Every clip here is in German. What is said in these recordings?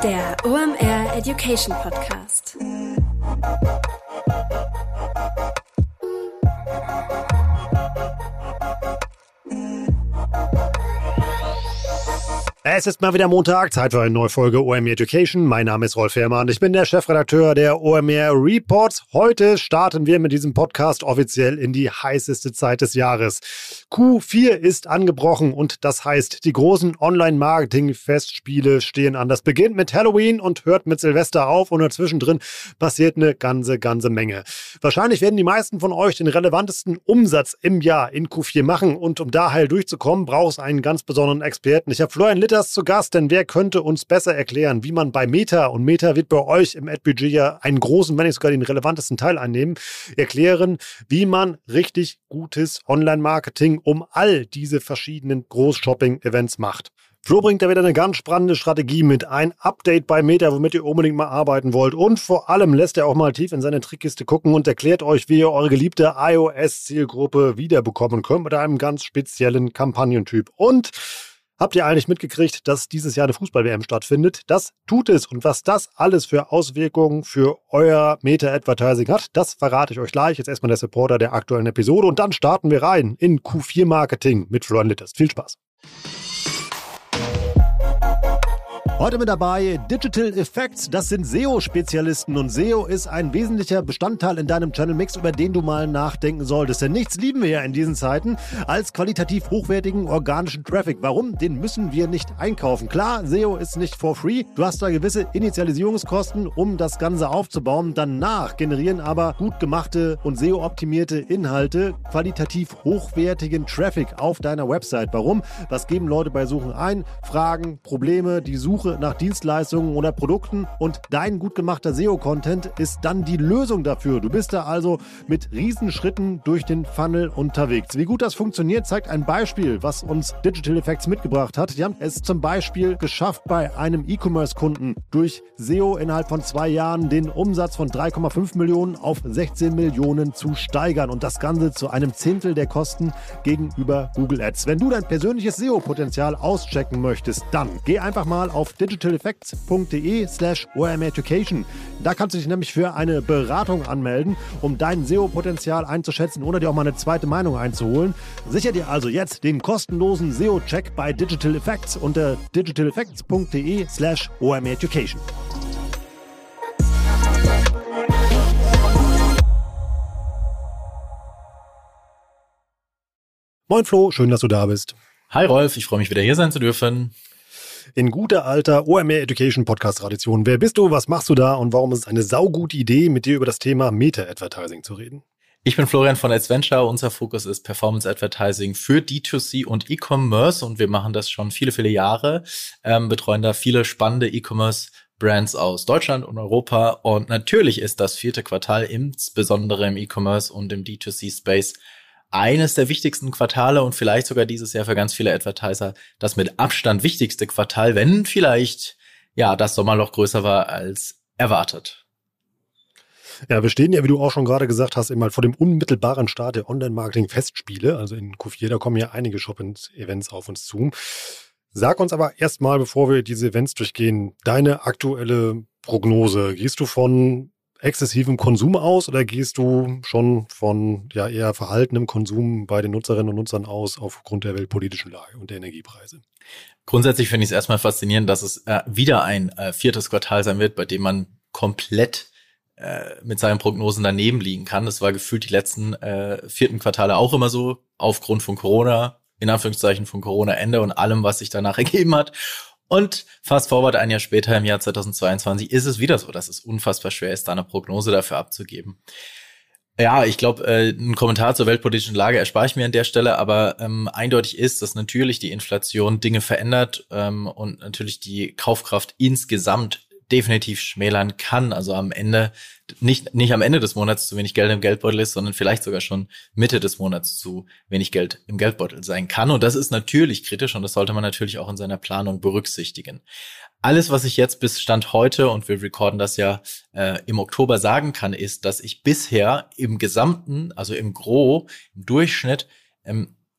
Der OMR Education Podcast. Es ist mal wieder Montag, Zeit für eine neue Folge OMR Education. Mein Name ist Rolf Herrmann, ich bin der Chefredakteur der OMR Reports. Heute starten wir mit diesem Podcast offiziell in die heißeste Zeit des Jahres. Q4 ist angebrochen und das heißt, die großen Online-Marketing-Festspiele stehen an. Das beginnt mit Halloween und hört mit Silvester auf und dazwischendrin passiert eine ganze Menge. Wahrscheinlich werden die meisten von euch den relevantesten Umsatz im Jahr in Q4 machen und um da heil durchzukommen, braucht es einen ganz besonderen Experten. Ich habe Florian Litters zu Gast, denn wer könnte uns besser erklären, wie man bei Meta, und Meta wird bei euch im Ad-Budget ja einen großen, wenn nicht sogar den relevantesten Teil einnehmen, erklären, wie man richtig gutes Online-Marketing um all diese verschiedenen Groß-Shopping-Events macht. Flo bringt da wieder eine ganz spannende Strategie mit, ein Update bei Meta, womit ihr unbedingt mal arbeiten wollt, und vor allem lässt er auch mal tief in seine Trickkiste gucken und erklärt euch, wie ihr eure geliebte iOS-Zielgruppe wiederbekommen könnt mit einem ganz speziellen Kampagnentyp. Und habt ihr eigentlich mitgekriegt, dass dieses Jahr eine Fußball-WM stattfindet? Das tut es. Und was das alles für Auswirkungen für euer Meta-Advertising hat, das verrate ich euch gleich. Jetzt erstmal der Supporter der aktuellen Episode und dann starten wir rein in Q4-Marketing mit Florian Litters. Viel Spaß. Heute mit dabei Digital Effects, das sind SEO-Spezialisten und SEO ist ein wesentlicher Bestandteil in deinem Channel-Mix, über den du mal nachdenken solltest. Denn nichts lieben wir ja in diesen Zeiten als qualitativ hochwertigen organischen Traffic. Warum? Den müssen wir nicht einkaufen. Klar, SEO ist nicht for free. Du hast da gewisse Initialisierungskosten, um das Ganze aufzubauen. Danach generieren aber gut gemachte und SEO-optimierte Inhalte qualitativ hochwertigen Traffic auf deiner Website. Warum? Was geben Leute bei Suchen ein? Fragen, Probleme, die Suche nach Dienstleistungen oder Produkten, und dein gut gemachter SEO-Content ist dann die Lösung dafür. Du bist da also mit Riesenschritten durch den Funnel unterwegs. Wie gut das funktioniert, zeigt ein Beispiel, was uns Digital Effects mitgebracht hat. Die haben es zum Beispiel geschafft, bei einem E-Commerce-Kunden durch SEO innerhalb von 2 Jahren den Umsatz von 3,5 Millionen auf 16 Millionen zu steigern, und das Ganze zu einem Zehntel der Kosten gegenüber Google Ads. Wenn du dein persönliches SEO-Potenzial auschecken möchtest, dann geh einfach mal auf digitaleffects.de/OMReducation. Da kannst du dich nämlich für eine Beratung anmelden, um dein SEO-Potenzial einzuschätzen oder dir auch mal eine zweite Meinung einzuholen. Sicher dir also jetzt den kostenlosen SEO-Check bei Digital Effects unter digitaleffects.de/OMReducation. Moin Flo, schön, dass du da bist. Hi Rolf, ich freue mich wieder hier sein zu dürfen. In guter alter OMR Education Podcast Tradition. Wer bist du, was machst du da und warum ist es eine saugute Idee, mit dir über das Thema Meta-Advertising zu reden? Ich bin Florian von Adventure. Unser Fokus ist Performance Advertising für D2C und E-Commerce und wir machen das schon viele Jahre, betreuen da viele spannende E-Commerce-Brands aus Deutschland und Europa, und natürlich ist das 4. Quartal insbesondere im E-Commerce und im D2C-Space eines der wichtigsten Quartale und vielleicht sogar dieses Jahr für ganz viele Advertiser das mit Abstand wichtigste Quartal, wenn vielleicht ja das Sommerloch größer war als erwartet. Ja, wir stehen ja, wie du auch schon gerade gesagt hast, eben halt vor dem unmittelbaren Start der Online-Marketing-Festspiele. Also in Q4, da kommen ja einige Shop-Events auf uns zu. Sag uns aber erstmal, bevor wir diese Events durchgehen, deine aktuelle Prognose. Gehst du von exzessivem Konsum aus oder gehst du schon von ja eher verhaltenem Konsum bei den Nutzerinnen und Nutzern aus aufgrund der weltpolitischen Lage und der Energiepreise? Grundsätzlich finde ich es erstmal faszinierend, dass es wieder ein 4. Quartal sein wird, bei dem man komplett mit seinen Prognosen daneben liegen kann. Das war gefühlt die letzten 4. Quartale auch immer so, aufgrund von Corona, in Anführungszeichen von Corona-Ende und allem, was sich danach ergeben hat. Und fast forward ein Jahr später, im Jahr 2022, ist es wieder so, dass es unfassbar schwer ist, da eine Prognose dafür abzugeben. Ja, ich glaube, einen Kommentar zur weltpolitischen Lage erspare ich mir an der Stelle, aber eindeutig ist, dass natürlich die Inflation Dinge verändert und natürlich die Kaufkraft insgesamt definitiv schmälern kann. Also am Ende, nicht am Ende des Monats zu wenig Geld im Geldbeutel ist, sondern vielleicht sogar schon Mitte des Monats zu wenig Geld im Geldbeutel sein kann. Und das ist natürlich kritisch und das sollte man natürlich auch in seiner Planung berücksichtigen. Alles, was ich jetzt bis Stand heute, und wir recorden das ja im Oktober, sagen kann, ist, dass ich bisher im Gesamten, also im Durchschnitt,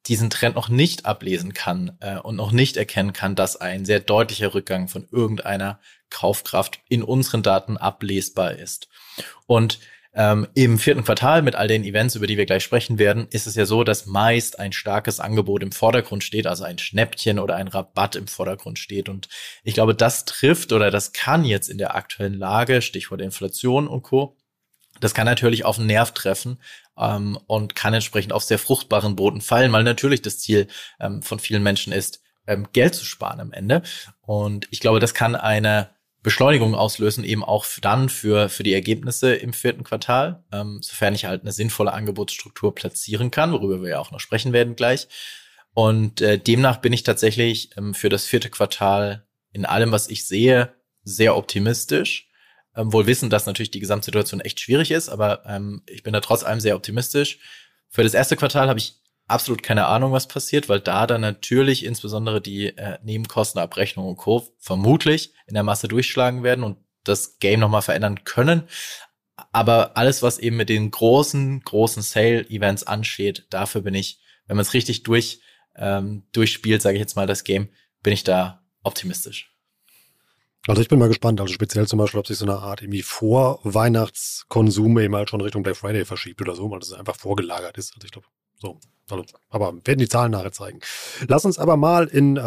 diesen Trend noch nicht ablesen kann und noch nicht erkennen kann, dass ein sehr deutlicher Rückgang von irgendeiner Kaufkraft in unseren Daten ablesbar ist. Und im 4. Quartal mit all den Events, über die wir gleich sprechen werden, ist es ja so, dass meist ein starkes Angebot im Vordergrund steht, also ein Schnäppchen oder ein Rabatt im Vordergrund steht. Und ich glaube, das trifft oder das kann jetzt in der aktuellen Lage, Stichwort Inflation und Co., das kann natürlich auf den Nerv treffen und kann entsprechend auf sehr fruchtbaren Boden fallen, weil natürlich das Ziel von vielen Menschen ist, Geld zu sparen am Ende. Und ich glaube, das kann eine Beschleunigung auslösen, eben auch dann für die Ergebnisse im 4. Quartal, sofern ich halt eine sinnvolle Angebotsstruktur platzieren kann, worüber wir ja auch noch sprechen werden gleich. Und demnach bin ich tatsächlich für das 4. Quartal in allem, was ich sehe, sehr optimistisch. Wohl wissen, dass natürlich die Gesamtsituation echt schwierig ist, aber ich bin da trotz allem sehr optimistisch. Für das 1. Quartal habe ich absolut keine Ahnung, was passiert, weil da dann natürlich insbesondere die Nebenkostenabrechnung und Co. vermutlich in der Masse durchschlagen werden und das Game nochmal verändern können. Aber alles, was eben mit den großen Sale-Events ansteht, dafür bin ich, wenn man es richtig durchspielt, sage ich jetzt mal, das Game, bin ich da optimistisch. Also ich bin mal gespannt, also speziell zum Beispiel, ob sich so eine Art irgendwie Vor-Weihnachtskonsum eben halt schon Richtung Black Friday verschiebt oder so, weil das einfach vorgelagert ist. Also ich glaube, so. Also, aber werden die Zahlen nachher zeigen. Lass uns aber mal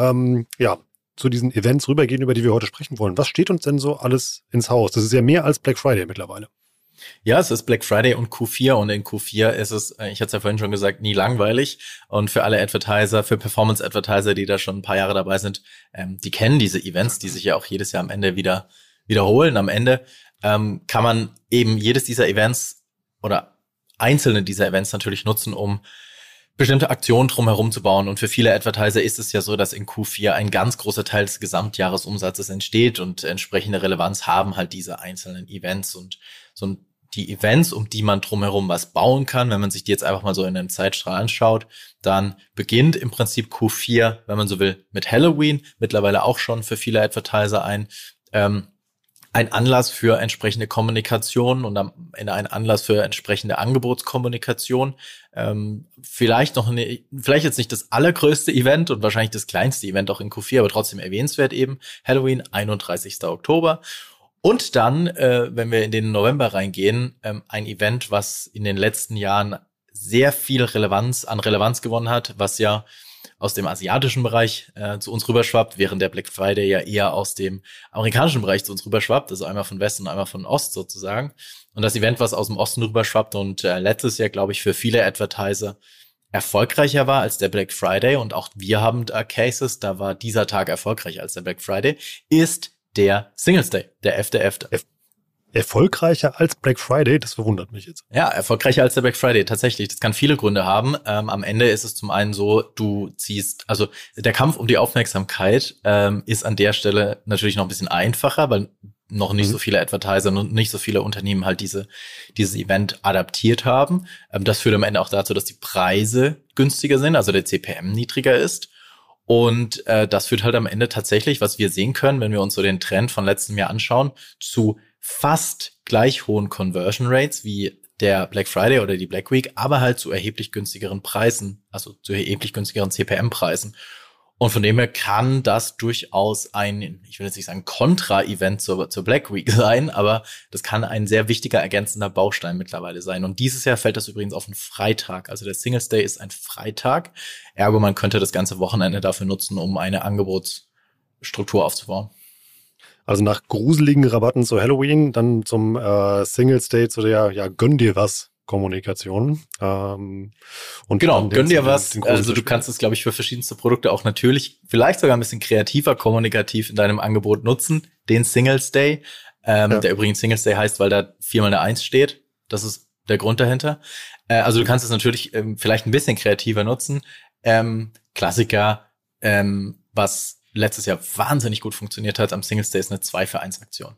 zu diesen Events rübergehen, über die wir heute sprechen wollen. Was steht uns denn so alles ins Haus? Das ist ja mehr als Black Friday mittlerweile. Ja, es ist Black Friday und Q4 und in Q4 ist es, ich hatte es ja vorhin schon gesagt, nie langweilig und für alle Advertiser, für Performance-Advertiser, die da schon ein paar Jahre dabei sind, die kennen diese Events, die sich ja auch jedes Jahr am Ende wiederholen. Am Ende kann man eben jedes dieser Events oder einzelne dieser Events natürlich nutzen, um bestimmte Aktionen drumherum zu bauen. Und für viele Advertiser ist es ja so, dass in Q4 ein ganz großer Teil des Gesamtjahresumsatzes entsteht und entsprechende Relevanz haben halt diese einzelnen Events und so die Events, um die man drumherum was bauen kann. Wenn man sich die jetzt einfach mal so in einem Zeitstrahl anschaut, dann beginnt im Prinzip Q4, wenn man so will, mit Halloween, mittlerweile auch schon für viele Advertiser ein Anlass für entsprechende Kommunikation und am Ende ein Anlass für entsprechende Angebotskommunikation. Vielleicht jetzt nicht das allergrößte Event und wahrscheinlich das kleinste Event auch in Q4, aber trotzdem erwähnenswert eben. Halloween, 31. Oktober. Und dann, wenn wir in den November reingehen, ein Event, was in den letzten Jahren sehr viel Relevanz gewonnen hat, was ja aus dem asiatischen Bereich zu uns rüberschwappt, während der Black Friday ja eher aus dem amerikanischen Bereich zu uns rüberschwappt, also einmal von West und einmal von Ost sozusagen. Und das Event, was aus dem Osten rüberschwappt und letztes Jahr, glaube ich, für viele Advertiser erfolgreicher war als der Black Friday, und auch wir haben da Cases, da war dieser Tag erfolgreicher als der Black Friday, ist der Singles Day, der 11.11. Erfolgreicher als Black Friday? Das verwundert mich jetzt. Ja, erfolgreicher als der Black Friday, tatsächlich. Das kann viele Gründe haben. Am Ende ist es zum einen so, also der Kampf um die Aufmerksamkeit ist an der Stelle natürlich noch ein bisschen einfacher, weil noch nicht so viele Advertiser und nicht so viele Unternehmen halt dieses Event adaptiert haben. Das führt am Ende auch dazu, dass die Preise günstiger sind, also der CPM niedriger ist. Und das führt halt am Ende tatsächlich, was wir sehen können, wenn wir uns so den Trend von letztem Jahr anschauen, zu fast gleich hohen Conversion Rates wie der Black Friday oder die Black Week, aber halt zu erheblich günstigeren Preisen, also zu erheblich günstigeren CPM-Preisen. Und von dem her kann das durchaus ich will jetzt nicht sagen Kontra-Event zur Black Week sein, aber das kann ein sehr wichtiger ergänzender Baustein mittlerweile sein. Und dieses Jahr fällt das übrigens auf einen Freitag. Also der Singles Day ist ein Freitag. Ergo, man könnte das ganze Wochenende dafür nutzen, um eine Angebotsstruktur aufzubauen. Also nach gruseligen Rabatten zu Halloween, dann zum Singles Day zu der Gönn dir was Kommunikation. Und genau, gönn dir was. Also du kannst es, glaube ich, für verschiedenste Produkte auch natürlich vielleicht sogar ein bisschen kreativer kommunikativ in deinem Angebot nutzen. Den Singles Day, der übrigens Singles Day heißt, weil da 4 mal eine 1 steht. Das ist der Grund dahinter. Also du kannst es natürlich vielleicht ein bisschen kreativer nutzen. Klassiker, was letztes Jahr wahnsinnig gut funktioniert hat am Singles Day, ist eine 2-für-1-Aktion.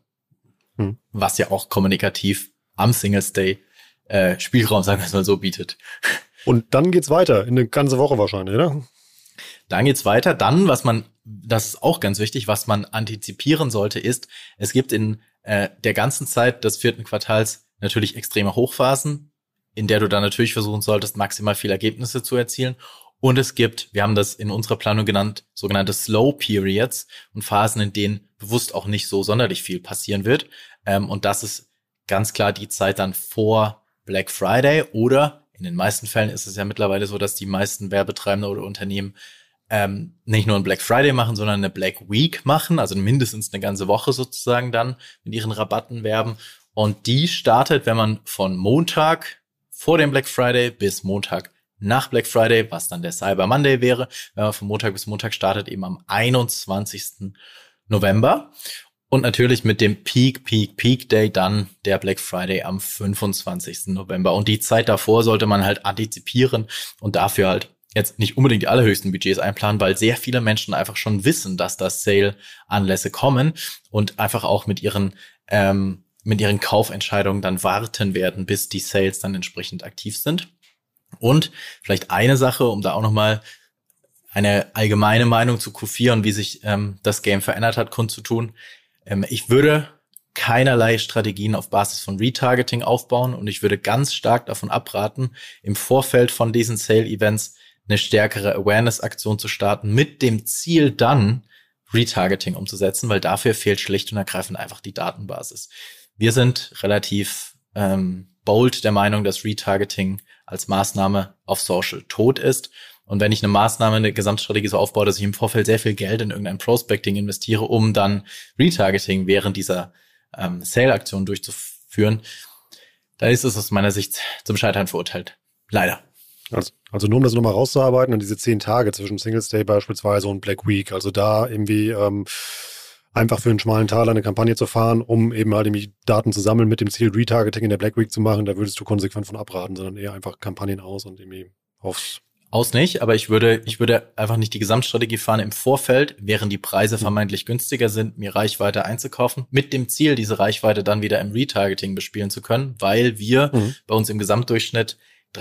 Was ja auch kommunikativ am Singles Day Spielraum, sagen wir es mal so, bietet. Und dann geht's weiter, in eine ganze Woche wahrscheinlich, oder? Dann geht's weiter. Dann, das ist auch ganz wichtig, was man antizipieren sollte, ist, es gibt in der ganzen Zeit des 4. Quartals natürlich extreme Hochphasen, in der du dann natürlich versuchen solltest, maximal viele Ergebnisse zu erzielen. Und es gibt, wir haben das in unserer Planung genannt, sogenannte Slow Periods und Phasen, in denen bewusst auch nicht so sonderlich viel passieren wird. Und das ist ganz klar die Zeit dann vor Black Friday, oder in den meisten Fällen ist es ja mittlerweile so, dass die meisten Werbetreibende oder Unternehmen nicht nur einen Black Friday machen, sondern eine Black Week machen, also mindestens eine ganze Woche sozusagen dann mit ihren Rabatten werben. Und die startet, wenn man von Montag vor dem Black Friday bis Montag nach Black Friday, was dann der Cyber Monday wäre, wenn man von Montag bis Montag startet, eben am 21. November. Und natürlich mit dem Peak Day dann der Black Friday am 25. November. Und die Zeit davor sollte man halt antizipieren und dafür halt jetzt nicht unbedingt die allerhöchsten Budgets einplanen, weil sehr viele Menschen einfach schon wissen, dass da Sale-Anlässe kommen und einfach auch mit ihren Kaufentscheidungen dann warten werden, bis die Sales dann entsprechend aktiv sind. Und vielleicht eine Sache, um da auch nochmal eine allgemeine Meinung zu Q4 und wie sich das Game verändert hat, kundzutun. Ich würde keinerlei Strategien auf Basis von Retargeting aufbauen und ich würde ganz stark davon abraten, im Vorfeld von diesen Sale-Events eine stärkere Awareness-Aktion zu starten, mit dem Ziel dann Retargeting umzusetzen, weil dafür fehlt schlicht und ergreifend einfach die Datenbasis. Wir sind relativ bold der Meinung, dass Retargeting als Maßnahme auf Social tot ist. Und wenn ich eine Gesamtstrategie so aufbaue, dass ich im Vorfeld sehr viel Geld in irgendein Prospecting investiere, um dann Retargeting während dieser Sale-Aktion durchzuführen, da ist es aus meiner Sicht zum Scheitern verurteilt. Leider. Also nur um das nochmal rauszuarbeiten, und diese 10 Tage zwischen Singles Day beispielsweise und Black Week, also da irgendwie einfach für einen schmalen Taler eine Kampagne zu fahren, um eben halt irgendwie Daten zu sammeln mit dem Ziel, Retargeting in der Black Week zu machen, da würdest du konsequent von abraten, sondern eher einfach Kampagnen aus und irgendwie aufs... Aus nicht, aber ich würde einfach nicht die Gesamtstrategie fahren im Vorfeld, während die Preise vermeintlich günstiger sind, mir Reichweite einzukaufen, mit dem Ziel, diese Reichweite dann wieder im Retargeting bespielen zu können, weil wir bei uns im Gesamtdurchschnitt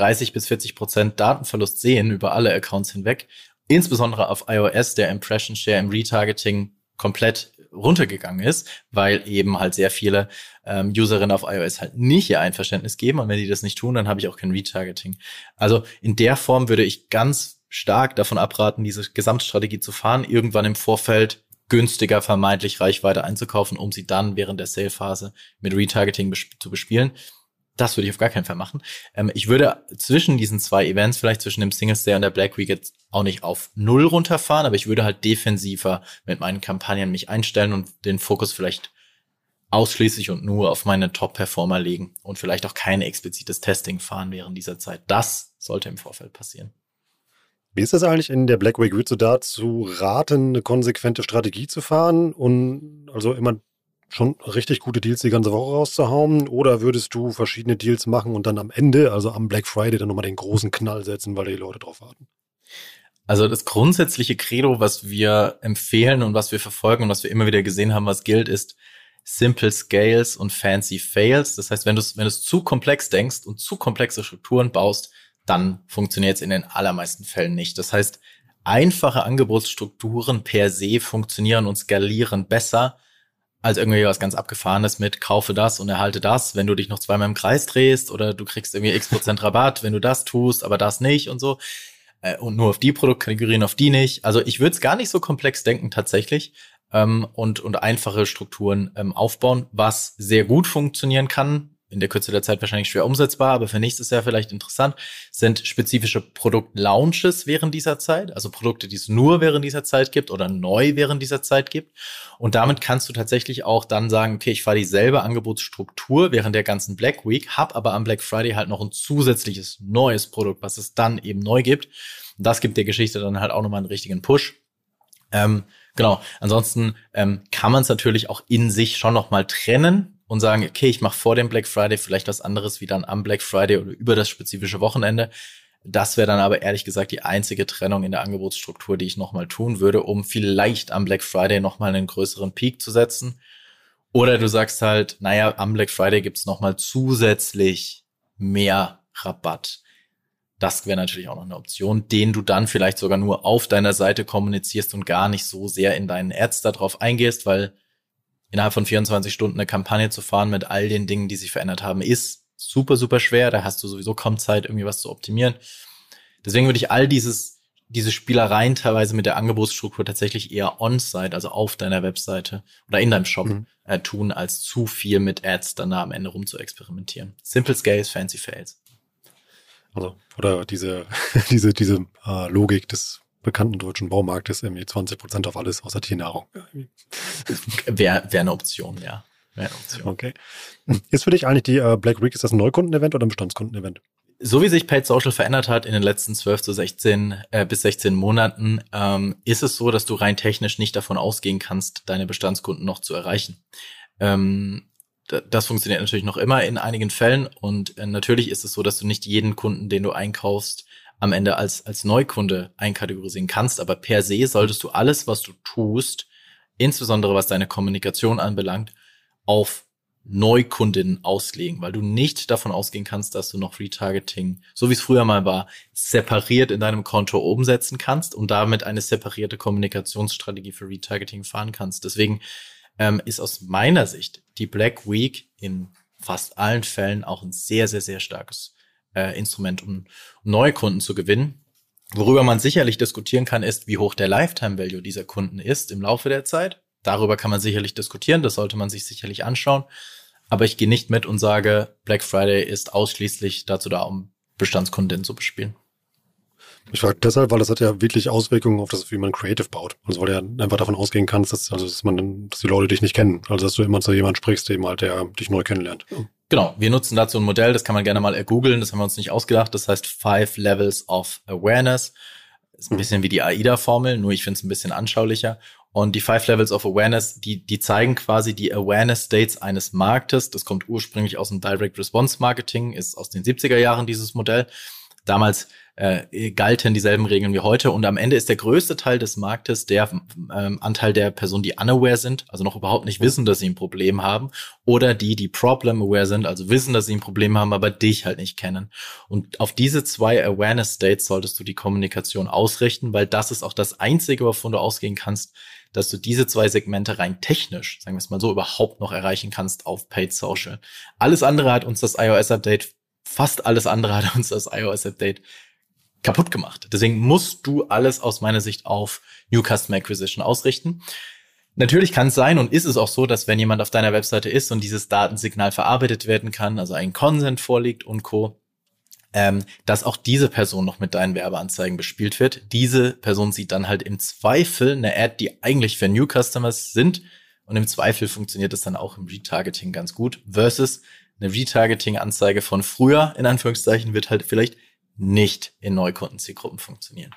30-40% Datenverlust sehen über alle Accounts hinweg. Insbesondere auf iOS, der Impression Share im Retargeting komplett runtergegangen ist, weil eben halt sehr viele Userinnen auf iOS halt nicht ihr Einverständnis geben. Und wenn die das nicht tun, dann habe ich auch kein Retargeting. Also in der Form würde ich ganz stark davon abraten, diese Gesamtstrategie zu fahren, irgendwann im Vorfeld günstiger vermeintlich Reichweite einzukaufen, um sie dann während der Sale-Phase mit Retargeting zu bespielen. Das würde ich auf gar keinen Fall machen. Ich würde zwischen diesen zwei Events, vielleicht zwischen dem Singles Day und der Black Week, jetzt auch nicht auf 0 runterfahren, aber ich würde halt defensiver mit meinen Kampagnen mich einstellen und den Fokus vielleicht ausschließlich und nur auf meine Top-Performer legen und vielleicht auch kein explizites Testing fahren während dieser Zeit. Das sollte im Vorfeld passieren. Wie ist das eigentlich in der Black Week? Würdest du dazu raten, eine konsequente Strategie zu fahren und also immer schon richtig gute Deals die ganze Woche rauszuhauen, oder würdest du verschiedene Deals machen und dann am Ende, also am Black Friday, dann nochmal den großen Knall setzen, weil die Leute drauf warten? Also das grundsätzliche Credo, was wir empfehlen und was wir verfolgen und was wir immer wieder gesehen haben, was gilt, ist Simple Scales und Fancy Fails. Das heißt, wenn du es zu komplex denkst und zu komplexe Strukturen baust, dann funktioniert es in den allermeisten Fällen nicht. Das heißt, einfache Angebotsstrukturen per se funktionieren und skalieren besser als irgendwie was ganz Abgefahrenes mit kaufe das und erhalte das, wenn du dich noch zweimal im Kreis drehst, oder du kriegst irgendwie X% Rabatt, wenn du das tust, aber das nicht und so. Und nur auf die Produktkategorien, auf die nicht. Also ich würde es gar nicht so komplex denken tatsächlich und einfache Strukturen aufbauen, was sehr gut funktionieren kann. In der Kürze der Zeit wahrscheinlich schwer umsetzbar, aber für nächstes Jahr vielleicht interessant, sind spezifische Produktlaunches während dieser Zeit, also Produkte, die es nur während dieser Zeit gibt oder neu während dieser Zeit gibt. Und damit kannst du tatsächlich auch dann sagen, okay, ich fahre dieselbe Angebotsstruktur während der ganzen Black Week, habe aber am Black Friday halt noch ein zusätzliches neues Produkt, was es dann eben neu gibt. Und das gibt der Geschichte dann halt auch nochmal einen richtigen Push. Genau, ansonsten kann man es natürlich auch in sich schon nochmal trennen und sagen, okay, ich mache vor dem Black Friday vielleicht was anderes wie dann am Black Friday oder über das spezifische Wochenende. Das wäre dann aber ehrlich gesagt die einzige Trennung in der Angebotsstruktur, die ich nochmal tun würde, um vielleicht am Black Friday nochmal einen größeren Peak zu setzen. Oder du sagst halt, naja, am Black Friday gibt's nochmal zusätzlich mehr Rabatt. Das wäre natürlich auch noch eine Option, den du dann vielleicht sogar nur auf deiner Seite kommunizierst und gar nicht so sehr in deinen Ads darauf eingehst, weil innerhalb von 24 Stunden eine Kampagne zu fahren mit all den Dingen, die sich verändert haben, ist super, super schwer. Da hast du sowieso kaum Zeit, irgendwie was zu optimieren. Deswegen würde ich all dieses diese Spielereien teilweise mit der Angebotsstruktur tatsächlich eher on-site, also auf deiner Webseite oder in deinem Shop tun, als zu viel mit Ads dann da am Ende rum zu experimentieren. Simple Scales, Fancy Fails. Also, oder diese Logik des bekannten deutschen Baumarktes, irgendwie 20% auf alles außer Tiernahrung. Wäre eine Option, ja. Okay. Ist für dich eigentlich die Black Week, ist das ein Neukundenevent oder ein Bestandskundenevent? So wie sich Paid Social verändert hat in den letzten 12 bis 16 Monaten, ist es so, dass du rein technisch nicht davon ausgehen kannst, deine Bestandskunden noch zu erreichen. Das funktioniert natürlich noch immer in einigen Fällen und natürlich ist es so, dass du nicht jeden Kunden, den du einkaufst, am Ende als Neukunde einkategorisieren kannst, aber per se solltest du alles, was du tust, insbesondere was deine Kommunikation anbelangt, auf Neukundinnen auslegen, weil du nicht davon ausgehen kannst, dass du noch Retargeting, so wie es früher mal war, separiert in deinem Konto umsetzen kannst und damit eine separierte Kommunikationsstrategie für Retargeting fahren kannst. Deswegen ist aus meiner Sicht die Black Week in fast allen Fällen auch ein sehr, sehr, sehr starkes Instrument, um neue Kunden zu gewinnen. Worüber man sicherlich diskutieren kann, ist, wie hoch der Lifetime Value dieser Kunden ist im Laufe der Zeit. Darüber kann man sicherlich diskutieren, das sollte man sich sicherlich anschauen. Aber ich gehe nicht mit und sage, Black Friday ist ausschließlich dazu da, um Bestandskundinnen zu bespielen. Ich frage deshalb, weil das hat ja wirklich Auswirkungen auf das, wie man Creative baut. Also weil du ja einfach davon ausgehen kannst, dass die Leute dich nicht kennen. Also dass du immer zu jemandem sprichst, eben halt, der dich neu kennenlernt. Genau, wir nutzen dazu ein Modell, das kann man gerne mal googeln, das haben wir uns nicht ausgedacht. Das heißt 5 Levels of Awareness. Ist ein bisschen wie die AIDA-Formel, nur ich finde es ein bisschen anschaulicher. Und die 5 Levels of Awareness, die zeigen quasi die Awareness-States eines Marktes. Das kommt ursprünglich aus dem Direct-Response-Marketing, ist aus den 70er Jahren dieses Modell. Damals galten dieselben Regeln wie heute. Und am Ende ist der größte Teil des Marktes der Anteil der Personen, die unaware sind, also noch überhaupt nicht wissen, dass sie ein Problem haben, oder die problem-aware sind, also wissen, dass sie ein Problem haben, aber dich halt nicht kennen. Und auf diese 2 Awareness-States solltest du die Kommunikation ausrichten, weil das ist auch das Einzige, wovon du ausgehen kannst, dass du diese 2 Segmente rein technisch, sagen wir es mal so, überhaupt noch erreichen kannst auf Paid Social. Alles andere hat uns das iOS-Update, fast alles andere hat uns das iOS-Update kaputt gemacht. Deswegen musst du alles aus meiner Sicht auf New Customer Acquisition ausrichten. Natürlich kann es sein und ist es auch so, dass wenn jemand auf deiner Webseite ist und dieses Datensignal verarbeitet werden kann, also ein Consent vorliegt und Co., dass auch diese Person noch mit deinen Werbeanzeigen bespielt wird. Diese Person sieht dann halt im Zweifel eine Ad, die eigentlich für New Customers sind und im Zweifel funktioniert es dann auch im Retargeting ganz gut versus eine Retargeting-Anzeige von früher, in Anführungszeichen, wird halt vielleicht nicht in Neukundenzielgruppen funktionieren.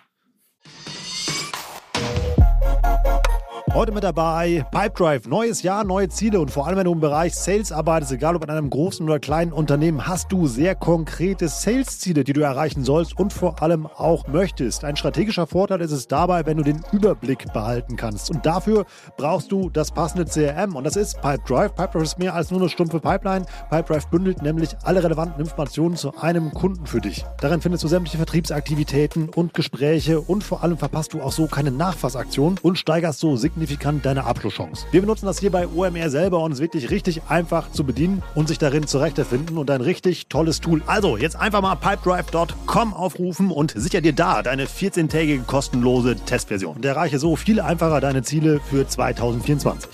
Heute mit dabei Pipedrive, neues Jahr, neue Ziele und vor allem, wenn du im Bereich Sales arbeitest, egal ob in einem großen oder kleinen Unternehmen, hast du sehr konkrete Sales-Ziele, die du erreichen sollst und vor allem auch möchtest. Ein strategischer Vorteil ist es dabei, wenn du den Überblick behalten kannst und dafür brauchst du das passende CRM und das ist Pipedrive. Pipedrive ist mehr als nur eine stumpfe Pipeline. Pipedrive bündelt nämlich alle relevanten Informationen zu einem Kunden für dich. Darin findest du sämtliche Vertriebsaktivitäten und Gespräche und vor allem verpasst du auch so keine Nachfassaktion und steigerst so signifikant deine Abschlusschance. Wir benutzen das hier bei OMR selber und es ist wirklich richtig einfach zu bedienen und sich darin zurechtfinden und ein richtig tolles Tool. Also jetzt einfach mal pipedrive.com aufrufen und sicher dir da deine 14-tägige kostenlose Testversion und erreiche so viel einfacher deine Ziele für 2024.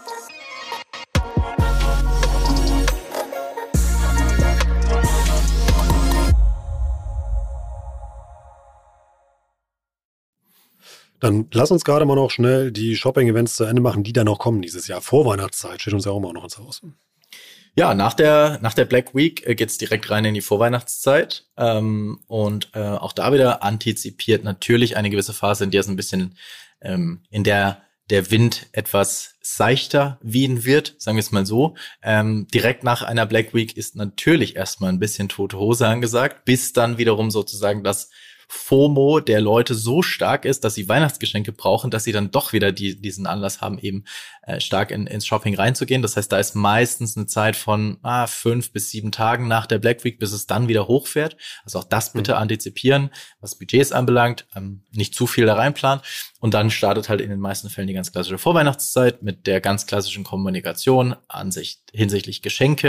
Dann lass uns gerade mal noch schnell die Shopping-Events zu Ende machen, die da noch kommen dieses Jahr. Vorweihnachtszeit steht uns ja auch immer noch ins Haus. Ja, nach der Black Week geht's direkt rein in die Vorweihnachtszeit. Und auch da wieder antizipiert natürlich eine gewisse Phase, in der es ein bisschen, in der Wind etwas seichter wehen wird, sagen wir es mal so. Direkt nach einer Black Week ist natürlich erstmal ein bisschen tote Hose angesagt, bis dann wiederum sozusagen das FOMO der Leute so stark ist, dass sie Weihnachtsgeschenke brauchen, dass sie dann doch wieder diesen Anlass haben, eben stark ins Shopping reinzugehen. Das heißt, da ist meistens eine Zeit von 5 bis 7 Tagen nach der Black Week, bis es dann wieder hochfährt. Also auch das bitte antizipieren, was Budgets anbelangt, nicht zu viel da reinplanen. Und dann startet halt in den meisten Fällen die ganz klassische Vorweihnachtszeit mit der ganz klassischen Kommunikation hinsichtlich Geschenke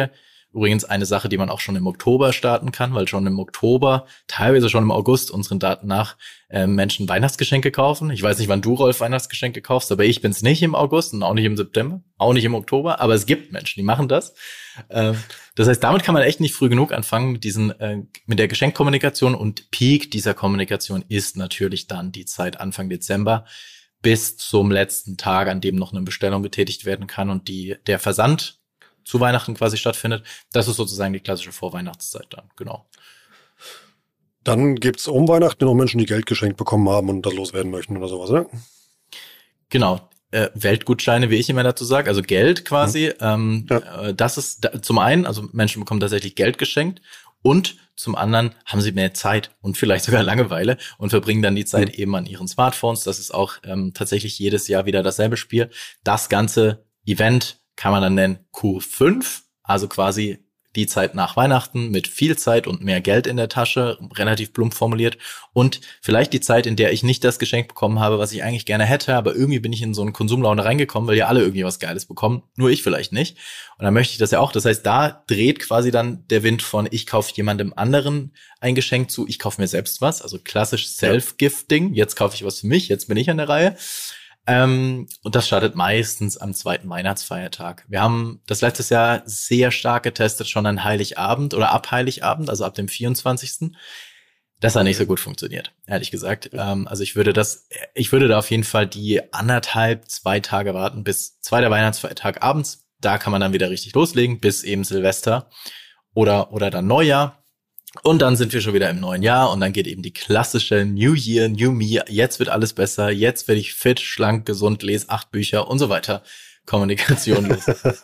Übrigens eine Sache, die man auch schon im Oktober starten kann, weil schon im Oktober, teilweise schon im August, unseren Daten nach, Menschen Weihnachtsgeschenke kaufen. Ich weiß nicht, wann du, Rolf, Weihnachtsgeschenke kaufst, aber ich bin's nicht im August und auch nicht im September, auch nicht im Oktober, aber es gibt Menschen, die machen das. Das heißt, damit kann man echt nicht früh genug anfangen mit der Geschenkkommunikation, und Peak dieser Kommunikation ist natürlich dann die Zeit Anfang Dezember bis zum letzten Tag, an dem noch eine Bestellung getätigt werden kann und der Versand zu Weihnachten quasi stattfindet. Das ist sozusagen die klassische Vorweihnachtszeit dann, genau. Dann gibt's um Weihnachten noch Menschen, die Geld geschenkt bekommen haben und das loswerden möchten oder sowas, oder? Genau. Weltgutscheine, wie ich immer dazu sage, also Geld quasi. Das ist zum einen, also Menschen bekommen tatsächlich Geld geschenkt, und zum anderen haben sie mehr Zeit und vielleicht sogar Langeweile und verbringen dann die Zeit eben an ihren Smartphones. Das ist auch tatsächlich jedes Jahr wieder dasselbe Spiel. Das ganze Event kann man dann nennen Q5, also quasi die Zeit nach Weihnachten mit viel Zeit und mehr Geld in der Tasche, relativ plump formuliert, und vielleicht die Zeit, in der ich nicht das Geschenk bekommen habe, was ich eigentlich gerne hätte, aber irgendwie bin ich in so eine Konsumlaune reingekommen, weil ja alle irgendwie was Geiles bekommen, nur ich vielleicht nicht. Und dann möchte ich das ja auch. Das heißt, da dreht quasi dann der Wind von ich kaufe jemandem anderen ein Geschenk zu, ich kaufe mir selbst was, also klassisch Self-Gifting, jetzt kaufe ich was für mich, jetzt bin ich an der Reihe. Und das startet meistens am zweiten Weihnachtsfeiertag. Wir haben das letztes Jahr sehr stark getestet, schon an Heiligabend oder ab Heiligabend, also ab dem 24. Das hat nicht so gut funktioniert, ehrlich gesagt. Also ich würde da auf jeden Fall die 2 Tage warten bis zweiter Weihnachtsfeiertag abends. Da kann man dann wieder richtig loslegen, bis eben Silvester oder dann Neujahr. Und dann sind wir schon wieder im neuen Jahr und dann geht eben die klassische New Year, New Me, jetzt wird alles besser, jetzt werde ich fit, schlank, gesund, lese 8 Bücher und so weiter. Kommunikation los.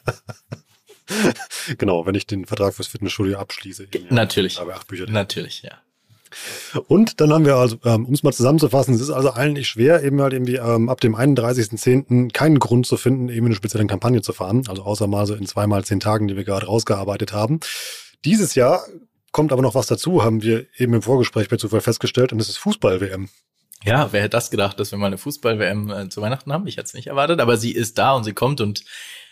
Genau, wenn ich den Vertrag fürs Fitnessstudio abschließe. Natürlich. Aber 8 Bücher. Natürlich, ja. Und dann haben wir also, um es mal zusammenzufassen, es ist also allen nicht schwer, eben halt irgendwie ab dem 31.10. keinen Grund zu finden, eben eine spezielle Kampagne zu fahren. Also außer mal so in 2x10 Tagen, die wir gerade rausgearbeitet haben. Dieses Jahr kommt aber noch was dazu, haben wir eben im Vorgespräch per Zufall festgestellt, und das ist Fußball-WM. Ja, wer hätte das gedacht, dass wir mal eine Fußball-WM zu Weihnachten haben? Ich hätte es nicht erwartet, aber sie ist da und sie kommt, und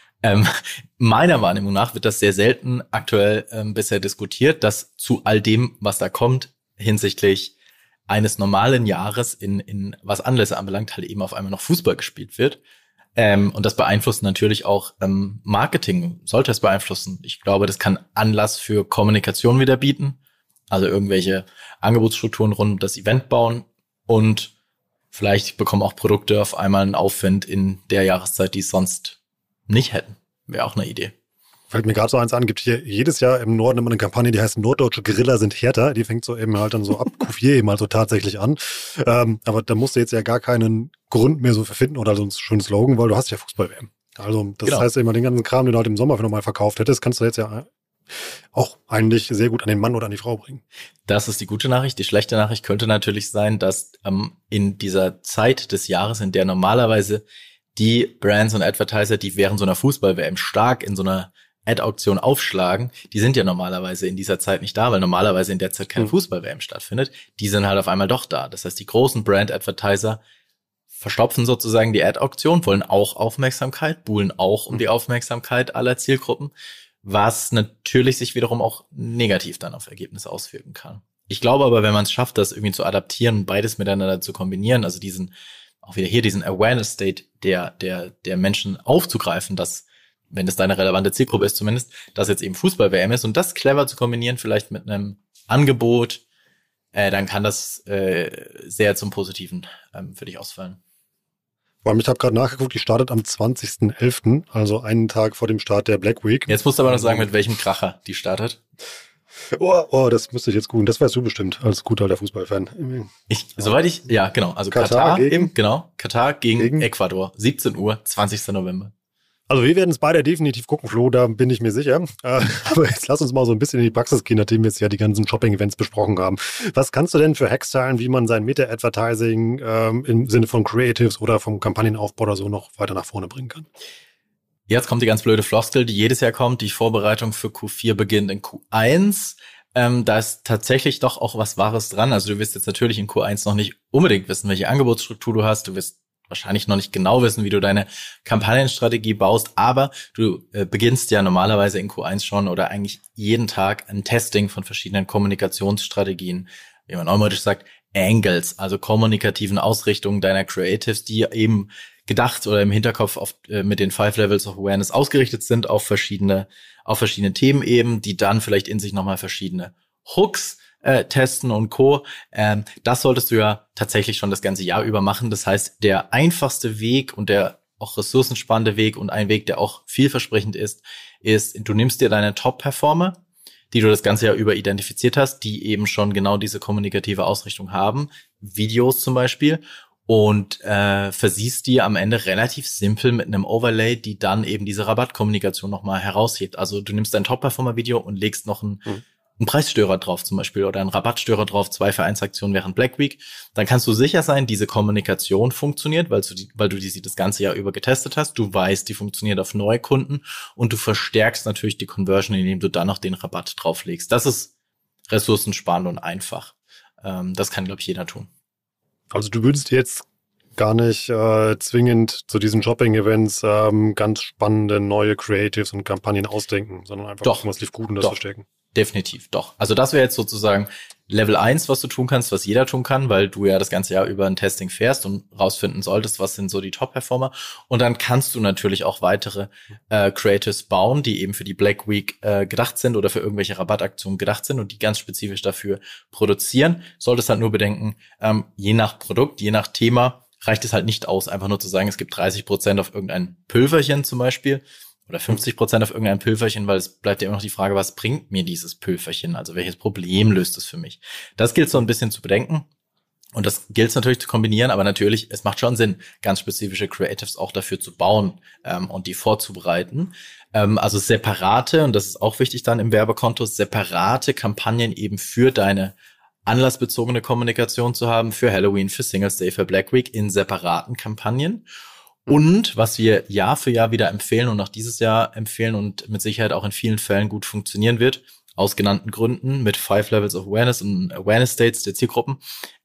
meiner Wahrnehmung nach wird das sehr selten aktuell bisher diskutiert, dass zu all dem, was da kommt, hinsichtlich eines normalen Jahres in was Anlässe anbelangt, halt eben auf einmal noch Fußball gespielt wird. Und das beeinflusst natürlich auch Marketing, sollte es beeinflussen. Ich glaube, das kann Anlass für Kommunikation wieder bieten, also irgendwelche Angebotsstrukturen rund um das Event bauen, und vielleicht bekommen auch Produkte auf einmal einen Aufwind in der Jahreszeit, die es sonst nicht hätten. Wäre auch eine Idee. Fällt mir gerade so eins an, gibt hier jedes Jahr im Norden immer eine Kampagne, die heißt Norddeutsche Griller sind härter. Die fängt so eben halt dann so ab Q4 eben halt so tatsächlich an. Aber da musst du jetzt ja gar keinen Grund mehr so für finden oder so einen schönen Slogan, weil du hast ja Fußball-WM. Also das heißt immer, den ganzen Kram, den du halt im Sommer nochmal verkauft hättest, kannst du jetzt ja auch eigentlich sehr gut an den Mann oder an die Frau bringen. Das ist die gute Nachricht. Die schlechte Nachricht könnte natürlich sein, dass in dieser Zeit des Jahres, in der normalerweise die Brands und Advertiser, die während so einer Fußball-WM stark in so einer Ad-Auktion aufschlagen, die sind ja normalerweise in dieser Zeit nicht da, weil normalerweise in der Zeit keine Fußball-WM stattfindet. Die sind halt auf einmal doch da. Das heißt, die großen Brand-Advertiser verstopfen sozusagen die Ad-Auktion, wollen auch Aufmerksamkeit, buhlen auch um die Aufmerksamkeit aller Zielgruppen, was natürlich sich wiederum auch negativ dann auf Ergebnisse auswirken kann. Ich glaube aber, wenn man es schafft, das irgendwie zu adaptieren und beides miteinander zu kombinieren, also diesen Awareness-State der Menschen aufzugreifen, dass, wenn es deine relevante Zielgruppe ist zumindest, dass jetzt eben Fußball-WM ist, und das clever zu kombinieren, vielleicht mit einem Angebot, dann kann das sehr zum Positiven für dich ausfallen. Vor allem, ich habe gerade nachgeguckt, die startet am 20.11., also einen Tag vor dem Start der Black Week. Jetzt musst du aber noch sagen, mit welchem Kracher die startet. Oh, das müsste ich jetzt googeln. Das weißt du bestimmt, als guter alter Fußballfan. Ja, genau. Also Katar gegen Ecuador, 17 Uhr, 20. November. Also wir werden es beide definitiv gucken, Flo, da bin ich mir sicher. Aber jetzt lass uns mal so ein bisschen in die Praxis gehen, nachdem wir jetzt ja die ganzen Shopping-Events besprochen haben. Was kannst du denn für Hacks teilen, wie man sein Meta-Advertising im Sinne von Creatives oder vom Kampagnenaufbau oder so noch weiter nach vorne bringen kann? Jetzt kommt die ganz blöde Floskel, die jedes Jahr kommt. Die Vorbereitung für Q4 beginnt in Q1. Da ist tatsächlich doch auch was Wahres dran. Also du wirst jetzt natürlich in Q1 noch nicht unbedingt wissen, welche Angebotsstruktur du hast. Du wirst wahrscheinlich noch nicht genau wissen, wie du deine Kampagnenstrategie baust, aber du beginnst ja normalerweise in Q1 schon oder eigentlich jeden Tag ein Testing von verschiedenen Kommunikationsstrategien, wie man neudeutsch sagt, Angles, also kommunikativen Ausrichtungen deiner Creatives, die eben gedacht oder im Hinterkopf mit den 5 Levels of Awareness ausgerichtet sind auf verschiedene Themen eben, die dann vielleicht in sich nochmal verschiedene Hooks testen und Co. Das solltest du ja tatsächlich schon das ganze Jahr über machen. Das heißt, der einfachste Weg und der auch ressourcensparende Weg und ein Weg, der auch vielversprechend ist, du nimmst dir deine Top-Performer, die du das ganze Jahr über identifiziert hast, die eben schon genau diese kommunikative Ausrichtung haben, Videos zum Beispiel, und versiehst die am Ende relativ simpel mit einem Overlay, die dann eben diese Rabattkommunikation nochmal heraushebt. Also du nimmst dein Top-Performer-Video und legst noch einen Preisstörer drauf zum Beispiel oder einen Rabattstörer drauf, 2 für 1 Aktionen während Black Week. Dann kannst du sicher sein, diese Kommunikation funktioniert, weil du die das ganze Jahr über getestet hast. Du weißt, die funktioniert auf neue Kunden und du verstärkst natürlich die Conversion, indem du dann noch den Rabatt drauflegst. Das ist ressourcensparend und einfach. Das kann, glaube ich, jeder tun. Also du würdest jetzt gar nicht zwingend zu diesen Shopping-Events ganz spannende neue Creatives und Kampagnen ausdenken, sondern einfach gucken, was lief gut und das verstärken. Definitiv, doch. Also das wäre jetzt sozusagen Level 1, was du tun kannst, was jeder tun kann, weil du ja das ganze Jahr über ein Testing fährst und rausfinden solltest, was sind so die Top-Performer. Und dann kannst du natürlich auch weitere Creatives bauen, die eben für die Black Week gedacht sind oder für irgendwelche Rabattaktionen gedacht sind und die ganz spezifisch dafür produzieren. Solltest halt nur bedenken, je nach Produkt, je nach Thema reicht es halt nicht aus, einfach nur zu sagen, es gibt 30% auf irgendein Pülverchen zum Beispiel oder 50% auf irgendein Pülverchen, weil es bleibt ja immer noch die Frage, was bringt mir dieses Pülverchen? Also welches Problem löst es für mich? Das gilt so ein bisschen zu bedenken und das gilt es natürlich zu kombinieren, aber natürlich, es macht schon Sinn, ganz spezifische Creatives auch dafür zu bauen und die vorzubereiten. Also separate, und das ist auch wichtig dann im Werbekonto, separate Kampagnen eben für deine anlassbezogene Kommunikation zu haben, für Halloween, für Singles Day, für Black Week in separaten Kampagnen. Und was wir Jahr für Jahr wieder empfehlen und auch dieses Jahr empfehlen und mit Sicherheit auch in vielen Fällen gut funktionieren wird, aus genannten Gründen, mit 5 Levels of Awareness und Awareness States der Zielgruppen,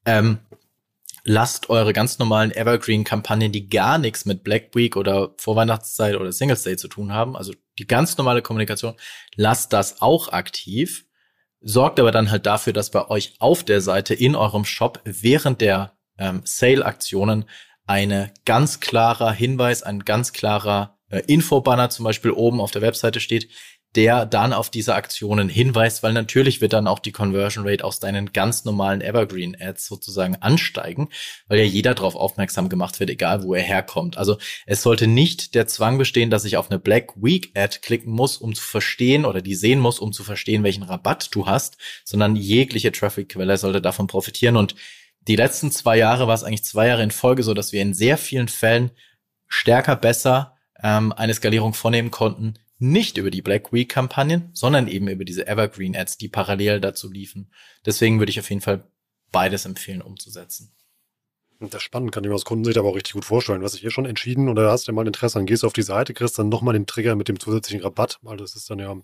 lasst eure ganz normalen Evergreen-Kampagnen, die gar nichts mit Black Week oder Vorweihnachtszeit oder Singles Day zu tun haben, also die ganz normale Kommunikation, lasst das auch aktiv, sorgt aber dann halt dafür, dass bei euch auf der Seite in eurem Shop während der Sale-Aktionen ein ganz klarer Hinweis, ein ganz klarer Infobanner zum Beispiel oben auf der Webseite steht, der dann auf diese Aktionen hinweist, weil natürlich wird dann auch die Conversion Rate aus deinen ganz normalen Evergreen Ads sozusagen ansteigen, weil ja jeder darauf aufmerksam gemacht wird, egal wo er herkommt. Also es sollte nicht der Zwang bestehen, dass ich auf eine Black Week Ad klicken muss, um zu verstehen oder die sehen muss, um zu verstehen, welchen Rabatt du hast, sondern jegliche Traffic-Quelle sollte davon profitieren. Und die letzten 2 Jahre war es eigentlich 2 Jahre in Folge so, dass wir in sehr vielen Fällen stärker, besser eine Skalierung vornehmen konnten, nicht über die Black Week Kampagnen, sondern eben über diese Evergreen Ads, die parallel dazu liefen. Deswegen würde ich auf jeden Fall beides empfehlen, umzusetzen. Das ist spannend, kann ich mir aus Kundensicht aber auch richtig gut vorstellen. Was ich hier schon entschieden oder hast du mal Interesse, dann gehst du auf die Seite, kriegst dann nochmal den Trigger mit dem zusätzlichen Rabatt, weil das ist dann ja,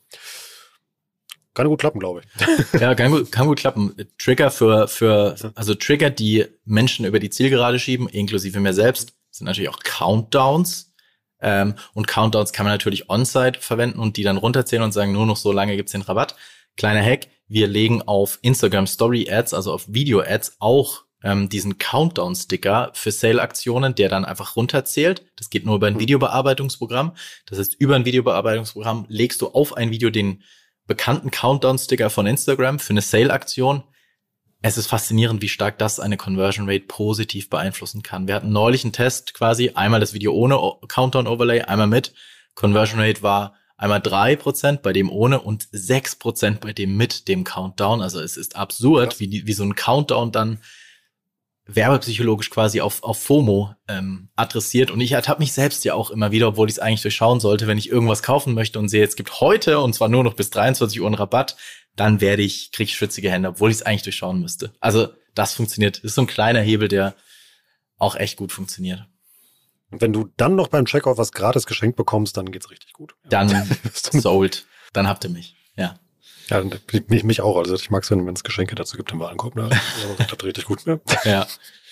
kann gut klappen, glaube ich. Ja, kann gut klappen. Trigger also Trigger, die Menschen über die Zielgerade schieben, inklusive mir selbst, sind natürlich auch Countdowns. Und Countdowns kann man natürlich on-site verwenden und die dann runterzählen und sagen, nur noch so lange gibt's den Rabatt. Kleiner Hack, wir legen auf Instagram Story Ads, also auf Video Ads, auch diesen Countdown-Sticker für Sale-Aktionen, der dann einfach runterzählt. Das geht nur über ein Videobearbeitungsprogramm. Das heißt, über ein Videobearbeitungsprogramm legst du auf ein Video den bekannten Countdown-Sticker von Instagram für eine Sale-Aktion. Es ist faszinierend, wie stark das eine Conversion Rate positiv beeinflussen kann. Wir hatten neulich einen Test quasi, einmal das Video ohne Countdown-Overlay, einmal mit. Conversion Rate war einmal 3% bei dem ohne und 6% bei dem mit dem Countdown. Also es ist absurd, wie so ein Countdown dann werbepsychologisch quasi auf FOMO adressiert. Und ich ertappe mich selbst ja auch immer wieder, obwohl ich es eigentlich durchschauen sollte, wenn ich irgendwas kaufen möchte und sehe, es gibt heute, und zwar nur noch bis 23 Uhr einen Rabatt, dann kriege ich schwitzige Hände, obwohl ich es eigentlich durchschauen müsste. Also das funktioniert. Das ist so ein kleiner Hebel, der auch echt gut funktioniert. Und wenn du dann noch beim Checkout was gratis geschenkt bekommst, dann geht's richtig gut. Ja. Dann sold. Dann habt ihr mich. Ja. Ja, mich auch. Also ich mag es, wenn es Geschenke dazu gibt im Warenkorb. Ne? Das richtig gut. Ne? Ja.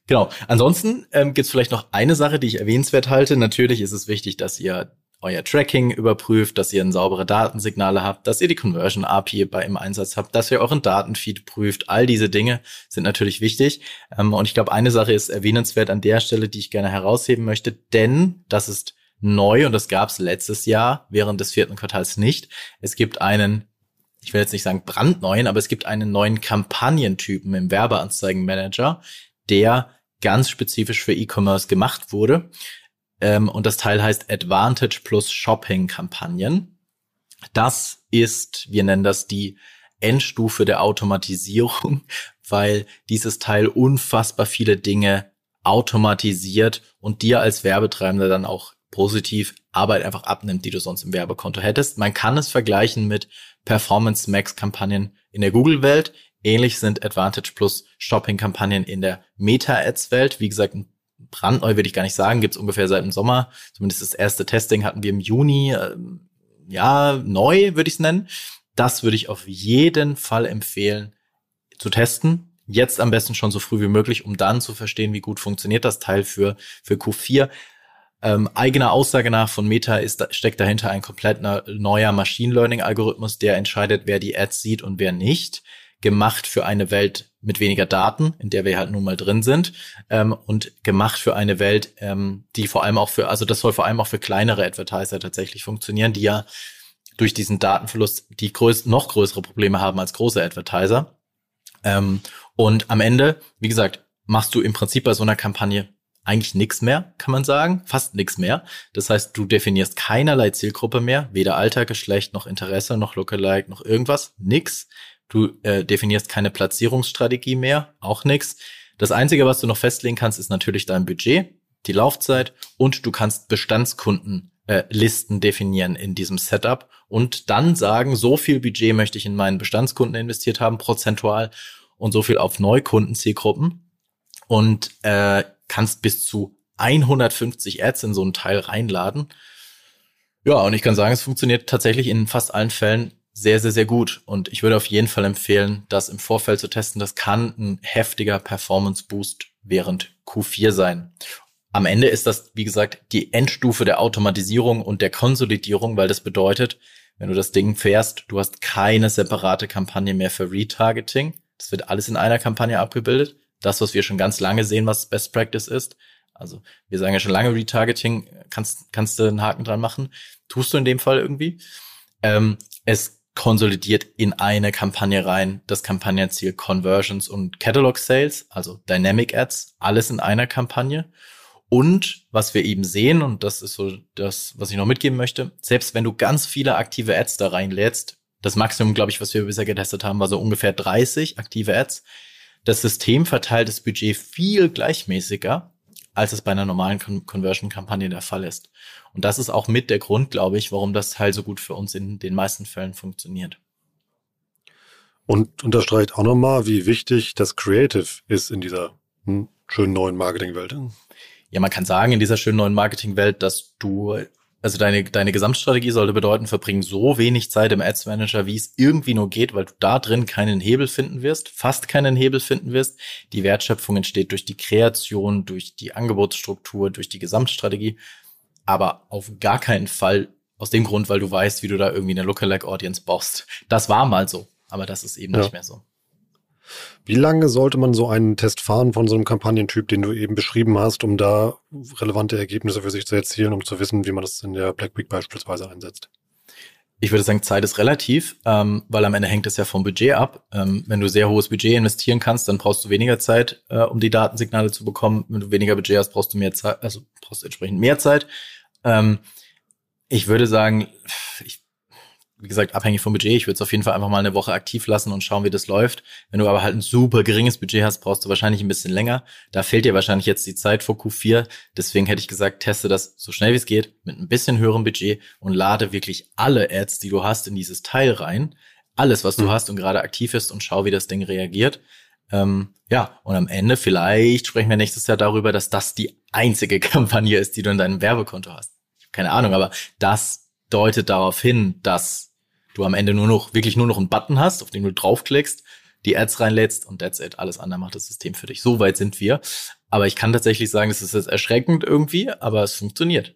Genau. Ansonsten gibt es vielleicht noch eine Sache, die ich erwähnenswert halte. Natürlich ist es wichtig, dass ihr euer Tracking überprüft, dass ihr saubere Datensignale habt, dass ihr die Conversion API im Einsatz habt, dass ihr euren Datenfeed prüft. All diese Dinge sind natürlich wichtig. Und ich glaube, eine Sache ist erwähnenswert an der Stelle, die ich gerne herausheben möchte, denn das ist neu und das gab es letztes Jahr während des 4. Quartals nicht. Es gibt einen, ich will jetzt nicht sagen brandneuen, aber es gibt einen neuen Kampagnentypen im Werbeanzeigenmanager, der ganz spezifisch für E-Commerce gemacht wurde. Und das Teil heißt Advantage plus Shopping-Kampagnen. Das ist, wir nennen das die Endstufe der Automatisierung, weil dieses Teil unfassbar viele Dinge automatisiert und dir als Werbetreibender dann auch positiv Arbeit einfach abnimmt, die du sonst im Werbekonto hättest. Man kann es vergleichen mit Performance Max-Kampagnen in der Google-Welt. Ähnlich sind Advantage plus Shopping-Kampagnen in der Meta-Ads-Welt. Wie gesagt, brandneu würde ich gar nicht sagen, gibt's ungefähr seit dem Sommer. Zumindest das erste Testing hatten wir im Juni. Neu würde ich es nennen. Das würde ich auf jeden Fall empfehlen zu testen. Jetzt am besten schon so früh wie möglich, um dann zu verstehen, wie gut funktioniert das Teil für Q4. Eigener Aussage nach von Meta steckt dahinter ein komplett neuer Machine Learning Algorithmus, der entscheidet, wer die Ads sieht und wer nicht. Gemacht für eine Welt mit weniger Daten, in der wir halt nun mal drin sind, und gemacht für eine Welt, die vor allem auch das soll vor allem auch für kleinere Advertiser tatsächlich funktionieren, die ja durch diesen Datenverlust die noch größere Probleme haben als große Advertiser. Und am Ende, wie gesagt, machst du im Prinzip bei so einer Kampagne eigentlich nichts mehr, kann man sagen, fast nichts mehr. Das heißt, du definierst keinerlei Zielgruppe mehr, weder Alter, Geschlecht, noch Interesse, noch Lookalike, noch irgendwas, nix. Du definierst keine Platzierungsstrategie mehr, auch nix. Das Einzige, was du noch festlegen kannst, ist natürlich dein Budget, die Laufzeit und du kannst Bestandskundenlisten definieren in diesem Setup und dann sagen, so viel Budget möchte ich in meinen Bestandskunden investiert haben, prozentual und so viel auf Neukundenzielgruppen und kannst bis zu 150 Ads in so einen Teil reinladen. Ja, und ich kann sagen, es funktioniert tatsächlich in fast allen Fällen sehr, sehr, sehr gut. Und ich würde auf jeden Fall empfehlen, das im Vorfeld zu testen. Das kann ein heftiger Performance-Boost während Q4 sein. Am Ende ist das, wie gesagt, die Endstufe der Automatisierung und der Konsolidierung, weil das bedeutet, wenn du das Ding fährst, du hast keine separate Kampagne mehr für Retargeting. Das wird alles in einer Kampagne abgebildet. Das, was wir schon ganz lange sehen, was Best Practice ist. Also wir sagen ja schon lange Retargeting, kannst du einen Haken dran machen. Tust du in dem Fall irgendwie. Es konsolidiert in eine Kampagne rein das Kampagnenziel Conversions und Catalog Sales, also Dynamic Ads, alles in einer Kampagne. Und was wir eben sehen, und das ist so das, was ich noch mitgeben möchte, selbst wenn du ganz viele aktive Ads da reinlädst, das Maximum, glaube ich, was wir bisher getestet haben, war so ungefähr 30 aktive Ads. Das System verteilt das Budget viel gleichmäßiger, als es bei einer normalen Conversion-Kampagne der Fall ist. Und das ist auch mit der Grund, glaube ich, warum das Teil so gut für uns in den meisten Fällen funktioniert. Und unterstreicht auch nochmal, wie wichtig das Creative ist in dieser schönen neuen Marketingwelt. Ja, man kann sagen, in dieser schönen neuen Marketingwelt, dass also deine Gesamtstrategie sollte bedeuten, verbring so wenig Zeit im Ads Manager, wie es irgendwie nur geht, weil du da drin keinen Hebel finden wirst, fast keinen Hebel finden wirst. Die Wertschöpfung entsteht durch die Kreation, durch die Angebotsstruktur, durch die Gesamtstrategie, aber auf gar keinen Fall aus dem Grund, weil du weißt, wie du da irgendwie eine Lookalike Audience baust. Das war mal so, aber das ist eben nicht mehr so. Wie lange sollte man so einen Test fahren von so einem Kampagnentyp, den du eben beschrieben hast, um da relevante Ergebnisse für sich zu erzielen, um zu wissen, wie man das in der Black Week beispielsweise einsetzt? Ich würde sagen, Zeit ist relativ, weil am Ende hängt es ja vom Budget ab. Wenn du sehr hohes Budget investieren kannst, dann brauchst du weniger Zeit, um die Datensignale zu bekommen. Wenn du weniger Budget hast, brauchst du mehr Zeit, also brauchst du entsprechend mehr Zeit. Ich würde sagen, wie gesagt, abhängig vom Budget, ich würde es auf jeden Fall einfach mal eine Woche aktiv lassen und schauen, wie das läuft. Wenn du aber halt ein super geringes Budget hast, brauchst du wahrscheinlich ein bisschen länger. Da fehlt dir wahrscheinlich jetzt die Zeit vor Q4. Deswegen hätte ich gesagt, teste das so schnell wie es geht mit ein bisschen höherem Budget und lade wirklich alle Ads, die du hast, in dieses Teil rein. Alles, was du hast und gerade aktiv ist und schau, wie das Ding reagiert. Und am Ende vielleicht sprechen wir nächstes Jahr darüber, dass das die einzige Kampagne ist, die du in deinem Werbekonto hast. Keine Ahnung, aber das deutet darauf hin, dass du am Ende nur noch einen Button hast, auf den du draufklickst, die Ads reinlädst und that's it. Alles andere macht das System für dich. So weit sind wir. Aber ich kann tatsächlich sagen, es ist jetzt erschreckend irgendwie, aber es funktioniert.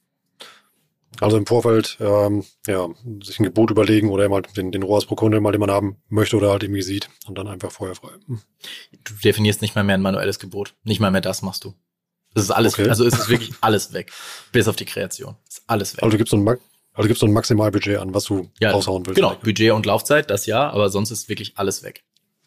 Also im Vorfeld, sich ein Gebot überlegen oder mal den ROAS pro Kunde mal, den man haben möchte oder halt irgendwie sieht und dann einfach feuerfrei. Du definierst nicht mal mehr ein manuelles Gebot. Nicht mal mehr das machst du. Das ist alles, Okay. also es ist wirklich alles weg. Bis auf die Kreation. Ist alles weg. Also du gibst so ein Maximalbudget an, was du raushauen willst. Genau, Budget und Laufzeit, das ja, aber sonst ist wirklich alles weg.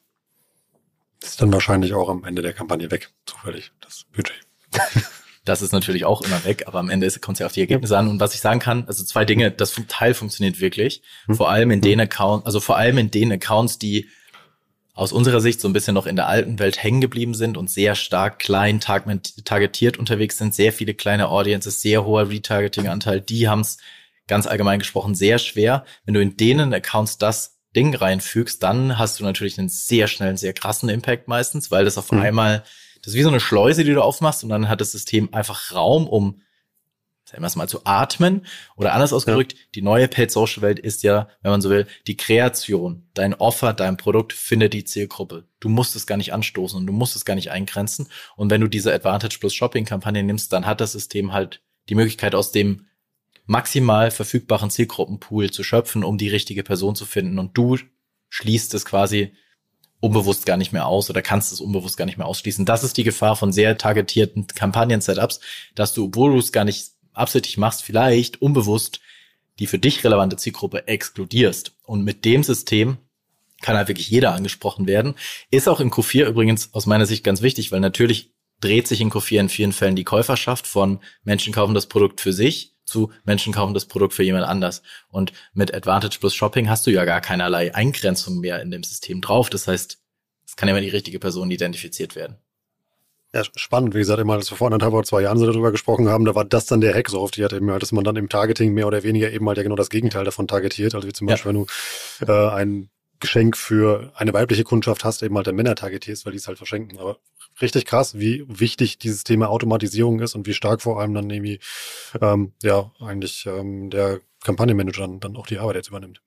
Das ist dann wahrscheinlich auch am Ende der Kampagne weg, zufällig, das Budget. Das ist natürlich auch immer weg, aber am Ende kommt es ja auf die Ergebnisse an. Und was ich sagen kann, also 2 Dinge, das Teil funktioniert wirklich. Vor allem in den Accounts, die aus unserer Sicht so ein bisschen noch in der alten Welt hängen geblieben sind und sehr stark klein targetiert unterwegs sind, sehr viele kleine Audiences, sehr hoher Retargeting-Anteil, die haben es ganz allgemein gesprochen sehr schwer. Wenn du in denen Accounts das Ding reinfügst, dann hast du natürlich einen sehr schnellen, sehr krassen Impact meistens, weil das auf einmal, das ist wie so eine Schleuse, die du aufmachst und dann hat das System einfach Raum, um, sagen wir es mal, zu atmen. Oder anders ausgedrückt, die neue Paid-Social-Welt ist ja, wenn man so will, die Kreation. Dein Offer, dein Produkt findet die Zielgruppe. Du musst es gar nicht anstoßen und du musst es gar nicht eingrenzen. Und wenn du diese Advantage plus Shopping-Kampagne nimmst, dann hat das System halt die Möglichkeit, aus dem maximal verfügbaren Zielgruppenpool zu schöpfen, um die richtige Person zu finden. Und du schließt es quasi unbewusst gar nicht mehr aus oder kannst es unbewusst gar nicht mehr ausschließen. Das ist die Gefahr von sehr targetierten Kampagnen-Setups, dass du, obwohl du es gar nicht absichtlich machst, vielleicht unbewusst die für dich relevante Zielgruppe exkludierst. Und mit dem System kann halt wirklich jeder angesprochen werden. Ist auch in Q4 übrigens aus meiner Sicht ganz wichtig, weil natürlich dreht sich in Q4 in vielen Fällen die Käuferschaft von Menschen kaufen das Produkt für sich zu Menschen kaufen das Produkt für jemand anders. Und mit Advantage plus Shopping hast du ja gar keinerlei Eingrenzung mehr in dem System drauf. Das heißt, es kann immer die richtige Person identifiziert werden. Ja, spannend. Wie gesagt, immer, als wir vor 1,5 oder 2 Jahren so darüber gesprochen haben, da war das dann der Hack so oft, eben halt, dass man dann im Targeting mehr oder weniger eben halt ja genau das Gegenteil davon targetiert. Also wie zum Beispiel, wenn du ein Geschenk für eine weibliche Kundschaft hast, eben halt der Männer targetierst, weil die es halt verschenken. Aber richtig krass, wie wichtig dieses Thema Automatisierung ist und wie stark vor allem dann irgendwie der Kampagnenmanager dann auch die Arbeit jetzt übernimmt.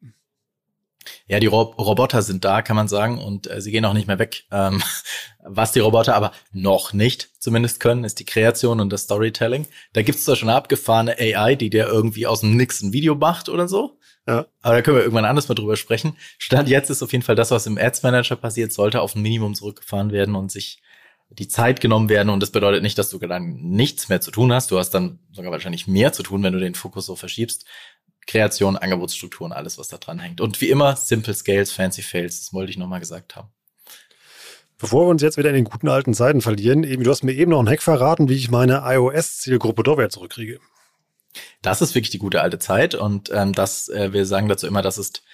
Ja, die Roboter sind da, kann man sagen, und sie gehen auch nicht mehr weg. Was die Roboter aber noch nicht zumindest können, ist die Kreation und das Storytelling. Da gibt's zwar schon eine abgefahrene AI, die dir irgendwie aus dem Nix ein Video macht oder so. Ja. Aber da können wir irgendwann anders mal drüber sprechen. Stand jetzt ist auf jeden Fall das, was im Ads Manager passiert, sollte auf ein Minimum zurückgefahren werden und sich die Zeit genommen werden. Und das bedeutet nicht, dass du dann nichts mehr zu tun hast. Du hast dann sogar wahrscheinlich mehr zu tun, wenn du den Fokus so verschiebst. Kreation, Angebotsstrukturen, alles, was da dran hängt. Und wie immer, Simple Scales, Fancy Fails. Das wollte ich nochmal gesagt haben. Bevor wir uns jetzt wieder in den guten alten Zeiten verlieren, du hast mir eben noch einen Hack verraten, wie ich meine iOS-Zielgruppe doch wieder zurückkriege. Das ist wirklich die gute alte Zeit und wir sagen dazu immer, das ist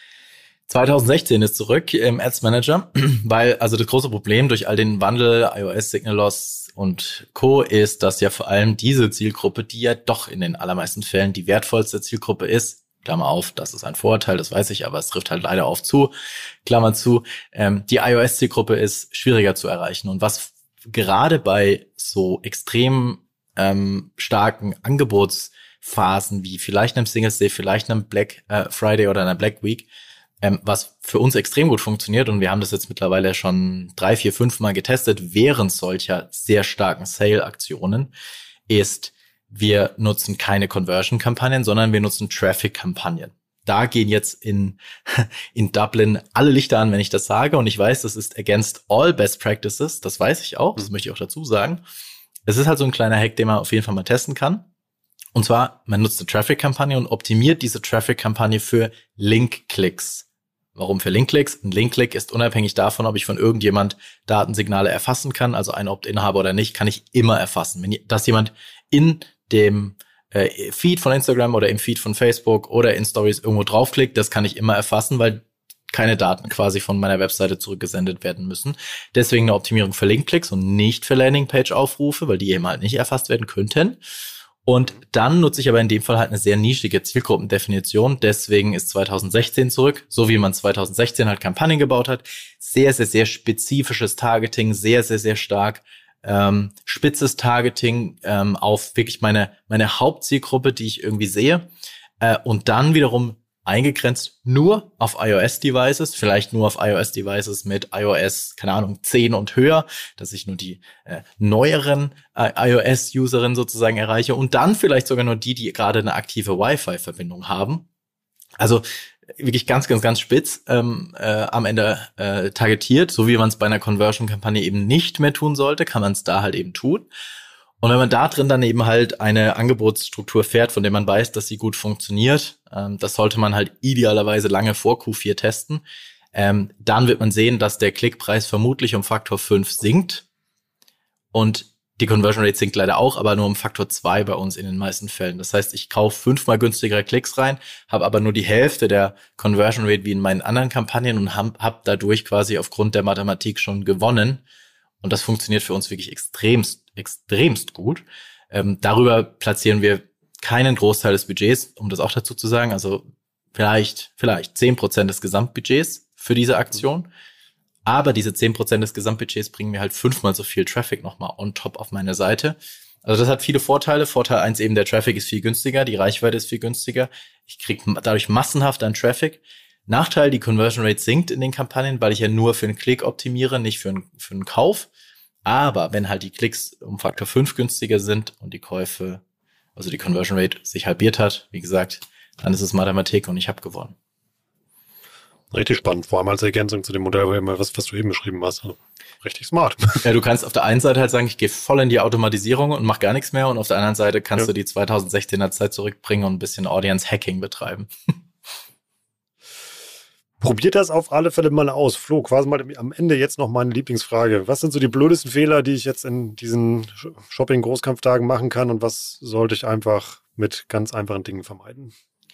2016 ist zurück im Ads Manager, weil also das große Problem durch all den Wandel, iOS, Signal Loss und Co. ist, dass ja vor allem diese Zielgruppe, die ja doch in den allermeisten Fällen die wertvollste Zielgruppe ist, Klammer auf, das ist ein Vorurteil, das weiß ich, aber es trifft halt leider auf zu, Klammer zu, die iOS-Zielgruppe ist schwieriger zu erreichen. Und was gerade bei so extrem starken Angebotsphasen wie vielleicht einem Singles Day, vielleicht einem Black Friday oder einer Black Week, was für uns extrem gut funktioniert und wir haben das jetzt mittlerweile schon 3, 4, 5 Mal getestet während solcher sehr starken Sale-Aktionen, ist, wir nutzen keine Conversion-Kampagnen, sondern wir nutzen Traffic-Kampagnen. Da gehen jetzt in Dublin alle Lichter an, wenn ich das sage und ich weiß, das ist against all best practices, das weiß ich auch, das möchte ich auch dazu sagen. Es ist halt so ein kleiner Hack, den man auf jeden Fall mal testen kann. Und zwar, man nutzt eine Traffic-Kampagne und optimiert diese Traffic-Kampagne für Link-Klicks. Warum für Link-Klicks? Ein Link-Click ist unabhängig davon, ob ich von irgendjemand Datensignale erfassen kann, also ein Opt-in-Inhaber oder nicht, kann ich immer erfassen. Wenn das jemand in dem Feed von Instagram oder im Feed von Facebook oder in Stories irgendwo draufklickt, das kann ich immer erfassen, weil keine Daten quasi von meiner Webseite zurückgesendet werden müssen. Deswegen eine Optimierung für Link-Klicks und nicht für Landing-Page-Aufrufe, weil die eben halt nicht erfasst werden könnten. Und dann nutze ich aber in dem Fall halt eine sehr nischige Zielgruppendefinition. Deswegen ist 2016 zurück, so wie man 2016 halt Kampagnen gebaut hat. Sehr, sehr, sehr spezifisches Targeting, sehr, sehr, sehr stark spitzes Targeting auf wirklich meine Hauptzielgruppe, die ich irgendwie sehe. Und dann wiederum eingegrenzt nur auf iOS-Devices, vielleicht nur auf iOS-Devices mit iOS, keine Ahnung, 10 und höher, dass ich nur die neueren iOS-Userinnen sozusagen erreiche und dann vielleicht sogar nur die gerade eine aktive Wi-Fi-Verbindung haben. Also wirklich ganz, ganz, ganz spitz am Ende targetiert, so wie man es bei einer Conversion-Kampagne eben nicht mehr tun sollte, kann man es da halt eben tun. Und wenn man da drin dann eben halt eine Angebotsstruktur fährt, von der man weiß, dass sie gut funktioniert, das sollte man halt idealerweise lange vor Q4 testen, dann wird man sehen, dass der Klickpreis vermutlich um Faktor 5 sinkt und die Conversion Rate sinkt leider auch, aber nur um Faktor 2 bei uns in den meisten Fällen. Das heißt, ich kaufe 5-mal günstigere Klicks rein, habe aber nur die Hälfte der Conversion Rate wie in meinen anderen Kampagnen und hab dadurch quasi aufgrund der Mathematik schon gewonnen. Und das funktioniert für uns wirklich extremst gut. Darüber platzieren wir keinen Großteil des Budgets, um das auch dazu zu sagen. Also vielleicht 10% des Gesamtbudgets für diese Aktion. Aber diese 10% des Gesamtbudgets bringen mir halt 5-mal so viel Traffic nochmal on top auf meine Seite. Also das hat viele Vorteile. Vorteil 1 eben, der Traffic ist viel günstiger, die Reichweite ist viel günstiger. Ich kriege dadurch massenhaft an Traffic. Nachteil, die Conversion Rate sinkt in den Kampagnen, weil ich ja nur für einen Klick optimiere, nicht für einen Kauf. Aber wenn halt die Klicks um Faktor 5 günstiger sind und die Käufe, also die Conversion Rate sich halbiert hat, wie gesagt, dann ist es Mathematik und ich habe gewonnen. Richtig spannend, vor allem als Ergänzung zu dem Modell, was du eben beschrieben hast. Also richtig smart. Ja, du kannst auf der einen Seite halt sagen, ich gehe voll in die Automatisierung und mache gar nichts mehr und auf der anderen Seite kannst du die 2016er Zeit zurückbringen und ein bisschen Audience Hacking betreiben. Probiert das auf alle Fälle mal aus. Flo, quasi mal am Ende jetzt noch meine Lieblingsfrage. Was sind so die blödesten Fehler, die ich jetzt in diesen Shopping-Großkampftagen machen kann und was sollte ich einfach mit ganz einfachen Dingen vermeiden?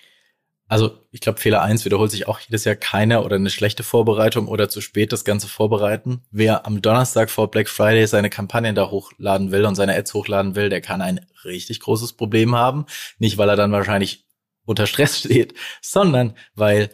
Also ich glaube, Fehler 1 wiederholt sich auch jedes Jahr keiner oder eine schlechte Vorbereitung oder zu spät das Ganze vorbereiten. Wer am Donnerstag vor Black Friday seine Kampagnen da hochladen will und seine Ads hochladen will, der kann ein richtig großes Problem haben. Nicht, weil er dann wahrscheinlich unter Stress steht, sondern weil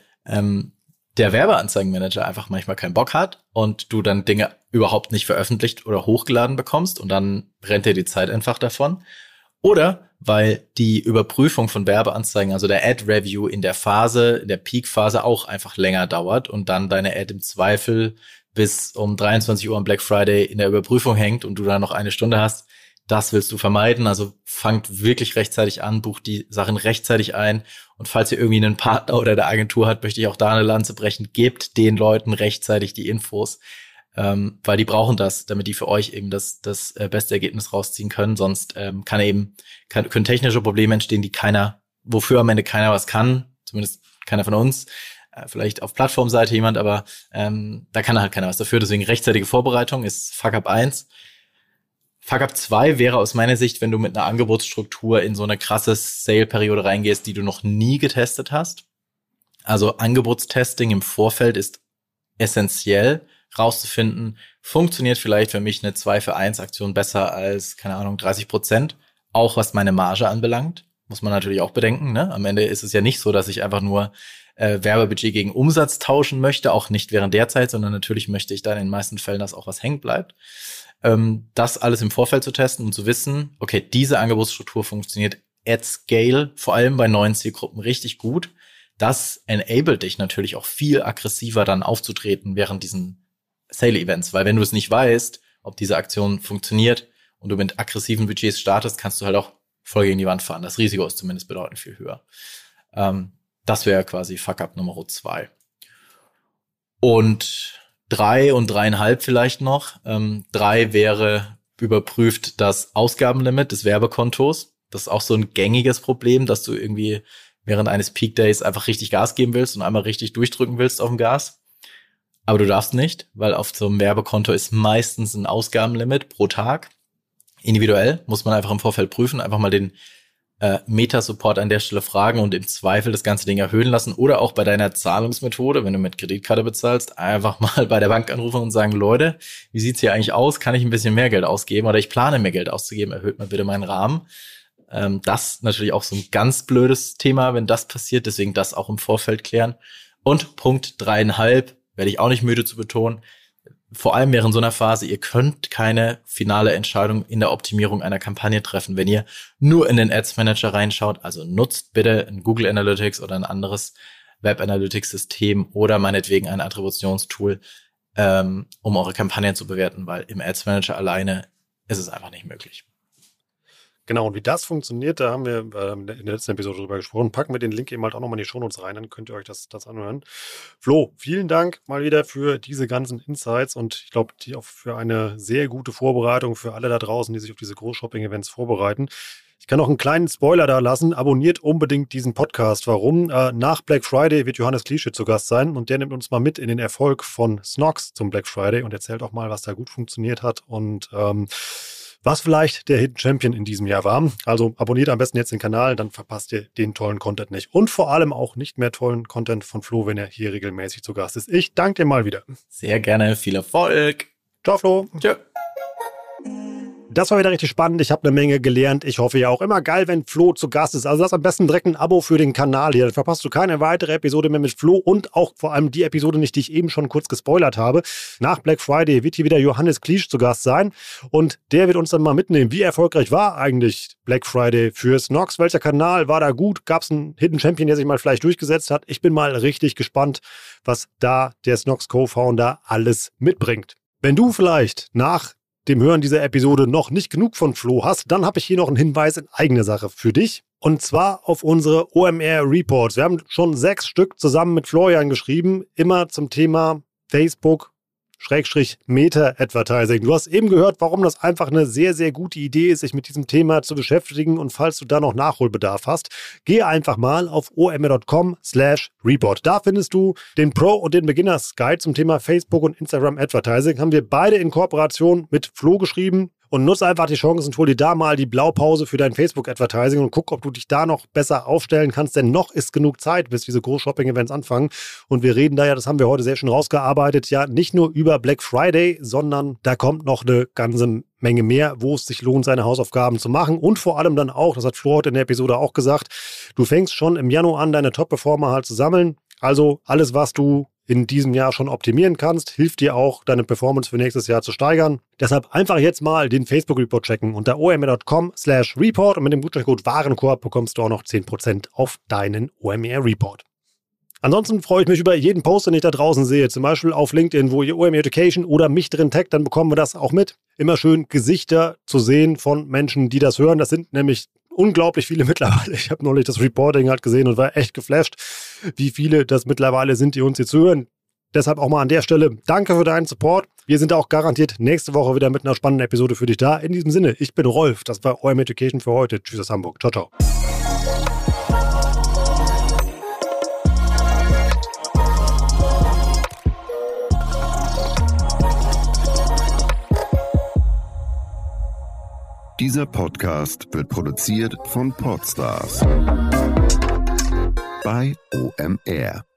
der Werbeanzeigenmanager einfach manchmal keinen Bock hat und du dann Dinge überhaupt nicht veröffentlicht oder hochgeladen bekommst und dann rennt dir die Zeit einfach davon. Oder weil die Überprüfung von Werbeanzeigen, also der Ad-Review in der Peak-Phase auch einfach länger dauert und dann deine Ad im Zweifel bis um 23 Uhr am Black Friday in der Überprüfung hängt und du dann noch eine Stunde hast. Das willst du vermeiden, also fangt wirklich rechtzeitig an, bucht die Sachen rechtzeitig ein und falls ihr irgendwie einen Partner oder der Agentur habt, möchte ich auch da eine Lanze brechen, gebt den Leuten rechtzeitig die Infos, weil die brauchen das, damit die für euch eben das beste Ergebnis rausziehen können, sonst können technische Probleme entstehen, wofür am Ende keiner was kann, zumindest keiner von uns, vielleicht auf Plattformseite jemand, aber da kann halt keiner was dafür, deswegen rechtzeitige Vorbereitung ist Fuck-up 1. Fuck-up 2 wäre aus meiner Sicht, wenn du mit einer Angebotsstruktur in so eine krasse Sale-Periode reingehst, die du noch nie getestet hast. Also Angebotstesting im Vorfeld ist essentiell, rauszufinden, funktioniert vielleicht für mich eine 2-für-1-Aktion besser als, keine Ahnung, 30%, auch was meine Marge anbelangt. Muss man natürlich auch bedenken, ne? Am Ende ist es ja nicht so, dass ich einfach nur Werbebudget gegen Umsatz tauschen möchte, auch nicht während der Zeit, sondern natürlich möchte ich dann in den meisten Fällen, dass auch was hängen bleibt. Das alles im Vorfeld zu testen und zu wissen, okay, diese Angebotsstruktur funktioniert at scale, vor allem bei neuen Zielgruppen richtig gut. Das enabled dich natürlich auch viel aggressiver dann aufzutreten während diesen Sale-Events, weil wenn du es nicht weißt, ob diese Aktion funktioniert und du mit aggressiven Budgets startest, kannst du halt auch voll gegen die Wand fahren. Das Risiko ist zumindest bedeutend viel höher. Das wäre quasi Fuck-up Nummer 2. Und 3 und 3,5 vielleicht noch. 3 wäre überprüft das Ausgabenlimit des Werbekontos. Das ist auch so ein gängiges Problem, dass du irgendwie während eines Peak Days einfach richtig Gas geben willst und einmal richtig durchdrücken willst auf dem Gas. Aber du darfst nicht, weil auf so einem Werbekonto ist meistens ein Ausgabenlimit pro Tag. Individuell muss man einfach im Vorfeld prüfen, einfach mal den Meta-Support an der Stelle fragen und im Zweifel das ganze Ding erhöhen lassen oder auch bei deiner Zahlungsmethode, wenn du mit Kreditkarte bezahlst, einfach mal bei der Bank anrufen und sagen, Leute, wie sieht's hier eigentlich aus? Kann ich ein bisschen mehr Geld ausgeben oder ich plane mehr Geld auszugeben? Erhöht mal bitte meinen Rahmen. Das natürlich auch so ein ganz blödes Thema, wenn das passiert, deswegen das auch im Vorfeld klären. Und Punkt 3,5, werde ich auch nicht müde zu betonen, vor allem während so einer Phase, ihr könnt keine finale Entscheidung in der Optimierung einer Kampagne treffen, wenn ihr nur in den Ads Manager reinschaut. Also nutzt bitte ein Google Analytics oder ein anderes Web-Analytics-System oder meinetwegen ein Attributionstool, um eure Kampagnen zu bewerten, weil im Ads Manager alleine ist es einfach nicht möglich. Genau, und wie das funktioniert, da haben wir in der letzten Episode drüber gesprochen. Packen wir den Link eben halt auch nochmal in die Shownotes rein, dann könnt ihr euch das anhören. Flo, vielen Dank mal wieder für diese ganzen Insights und ich glaube, die auch für eine sehr gute Vorbereitung für alle da draußen, die sich auf diese Groß-Shopping-Events vorbereiten. Ich kann noch einen kleinen Spoiler da lassen. Abonniert unbedingt diesen Podcast. Warum? Nach Black Friday wird Johannes Kliesche zu Gast sein und der nimmt uns mal mit in den Erfolg von Snox zum Black Friday und erzählt auch mal, was da gut funktioniert hat und was vielleicht der Hidden Champion in diesem Jahr war. Also abonniert am besten jetzt den Kanal, dann verpasst ihr den tollen Content nicht. Und vor allem auch nicht mehr tollen Content von Flo, wenn er hier regelmäßig zu Gast ist. Ich danke dir mal wieder. Sehr gerne, viel Erfolg. Ciao, Flo. Tschö. Das war wieder richtig spannend. Ich habe eine Menge gelernt. Ich hoffe ja auch immer geil, wenn Flo zu Gast ist. Also lass am besten direkt ein Abo für den Kanal hier. Dann verpasst du keine weitere Episode mehr mit Flo und auch vor allem die Episode nicht, die ich eben schon kurz gespoilert habe. Nach Black Friday wird hier wieder Johannes Kliesche zu Gast sein und der wird uns dann mal mitnehmen. Wie erfolgreich war eigentlich Black Friday für Snox? Welcher Kanal war da gut? Gab es einen Hidden Champion, der sich mal vielleicht durchgesetzt hat? Ich bin mal richtig gespannt, was da der Snox Co-Founder alles mitbringt. Wenn du vielleicht nach dem Hören dieser Episode noch nicht genug von Flo hast, dann habe ich hier noch einen Hinweis in eigener Sache für dich. Und zwar auf unsere OMR Reports. Wir haben schon 6 Stück zusammen mit Florian geschrieben, immer zum Thema Facebook Meta-Advertising. Du hast eben gehört, warum das einfach eine sehr, sehr gute Idee ist, sich mit diesem Thema zu beschäftigen. Und falls du da noch Nachholbedarf hast, geh einfach mal auf omr.com/report. Da findest du den Pro- und den Beginners Guide zum Thema Facebook und Instagram Advertising. Haben wir beide in Kooperation mit Flo geschrieben. Und nutze einfach die Chance und hol dir da mal die Blaupause für dein Facebook-Advertising und guck, ob du dich da noch besser aufstellen kannst, denn noch ist genug Zeit, bis diese Groß-Shopping-Events anfangen. Und wir reden da ja, das haben wir heute sehr schön rausgearbeitet, ja nicht nur über Black Friday, sondern da kommt noch eine ganze Menge mehr, wo es sich lohnt, seine Hausaufgaben zu machen. Und vor allem dann auch, das hat Flo heute in der Episode auch gesagt, du fängst schon im Januar an, deine Top-Performer halt zu sammeln. Also alles, was du in diesem Jahr schon optimieren kannst, hilft dir auch, deine Performance für nächstes Jahr zu steigern. Deshalb einfach jetzt mal den Facebook-Report checken unter omr.com/report und mit dem Gutscheincode Warenkorb bekommst du auch noch 10% auf deinen OMR-Report. Ansonsten freue ich mich über jeden Post, den ich da draußen sehe, zum Beispiel auf LinkedIn, wo ihr OMR Education oder mich drin taggt, dann bekommen wir das auch mit. Immer schön Gesichter zu sehen von Menschen, die das hören. Das sind nämlich unglaublich viele mittlerweile. Ich habe neulich das Reporting halt gesehen und war echt geflasht, wie viele das mittlerweile sind, die uns hier zuhören. Deshalb auch mal an der Stelle danke für deinen Support. Wir sind auch garantiert nächste Woche wieder mit einer spannenden Episode für dich da. In diesem Sinne, ich bin Rolf. Das war OMR Education für heute. Tschüss aus Hamburg. Ciao, ciao. Dieser Podcast wird produziert von Podstars bei OMR.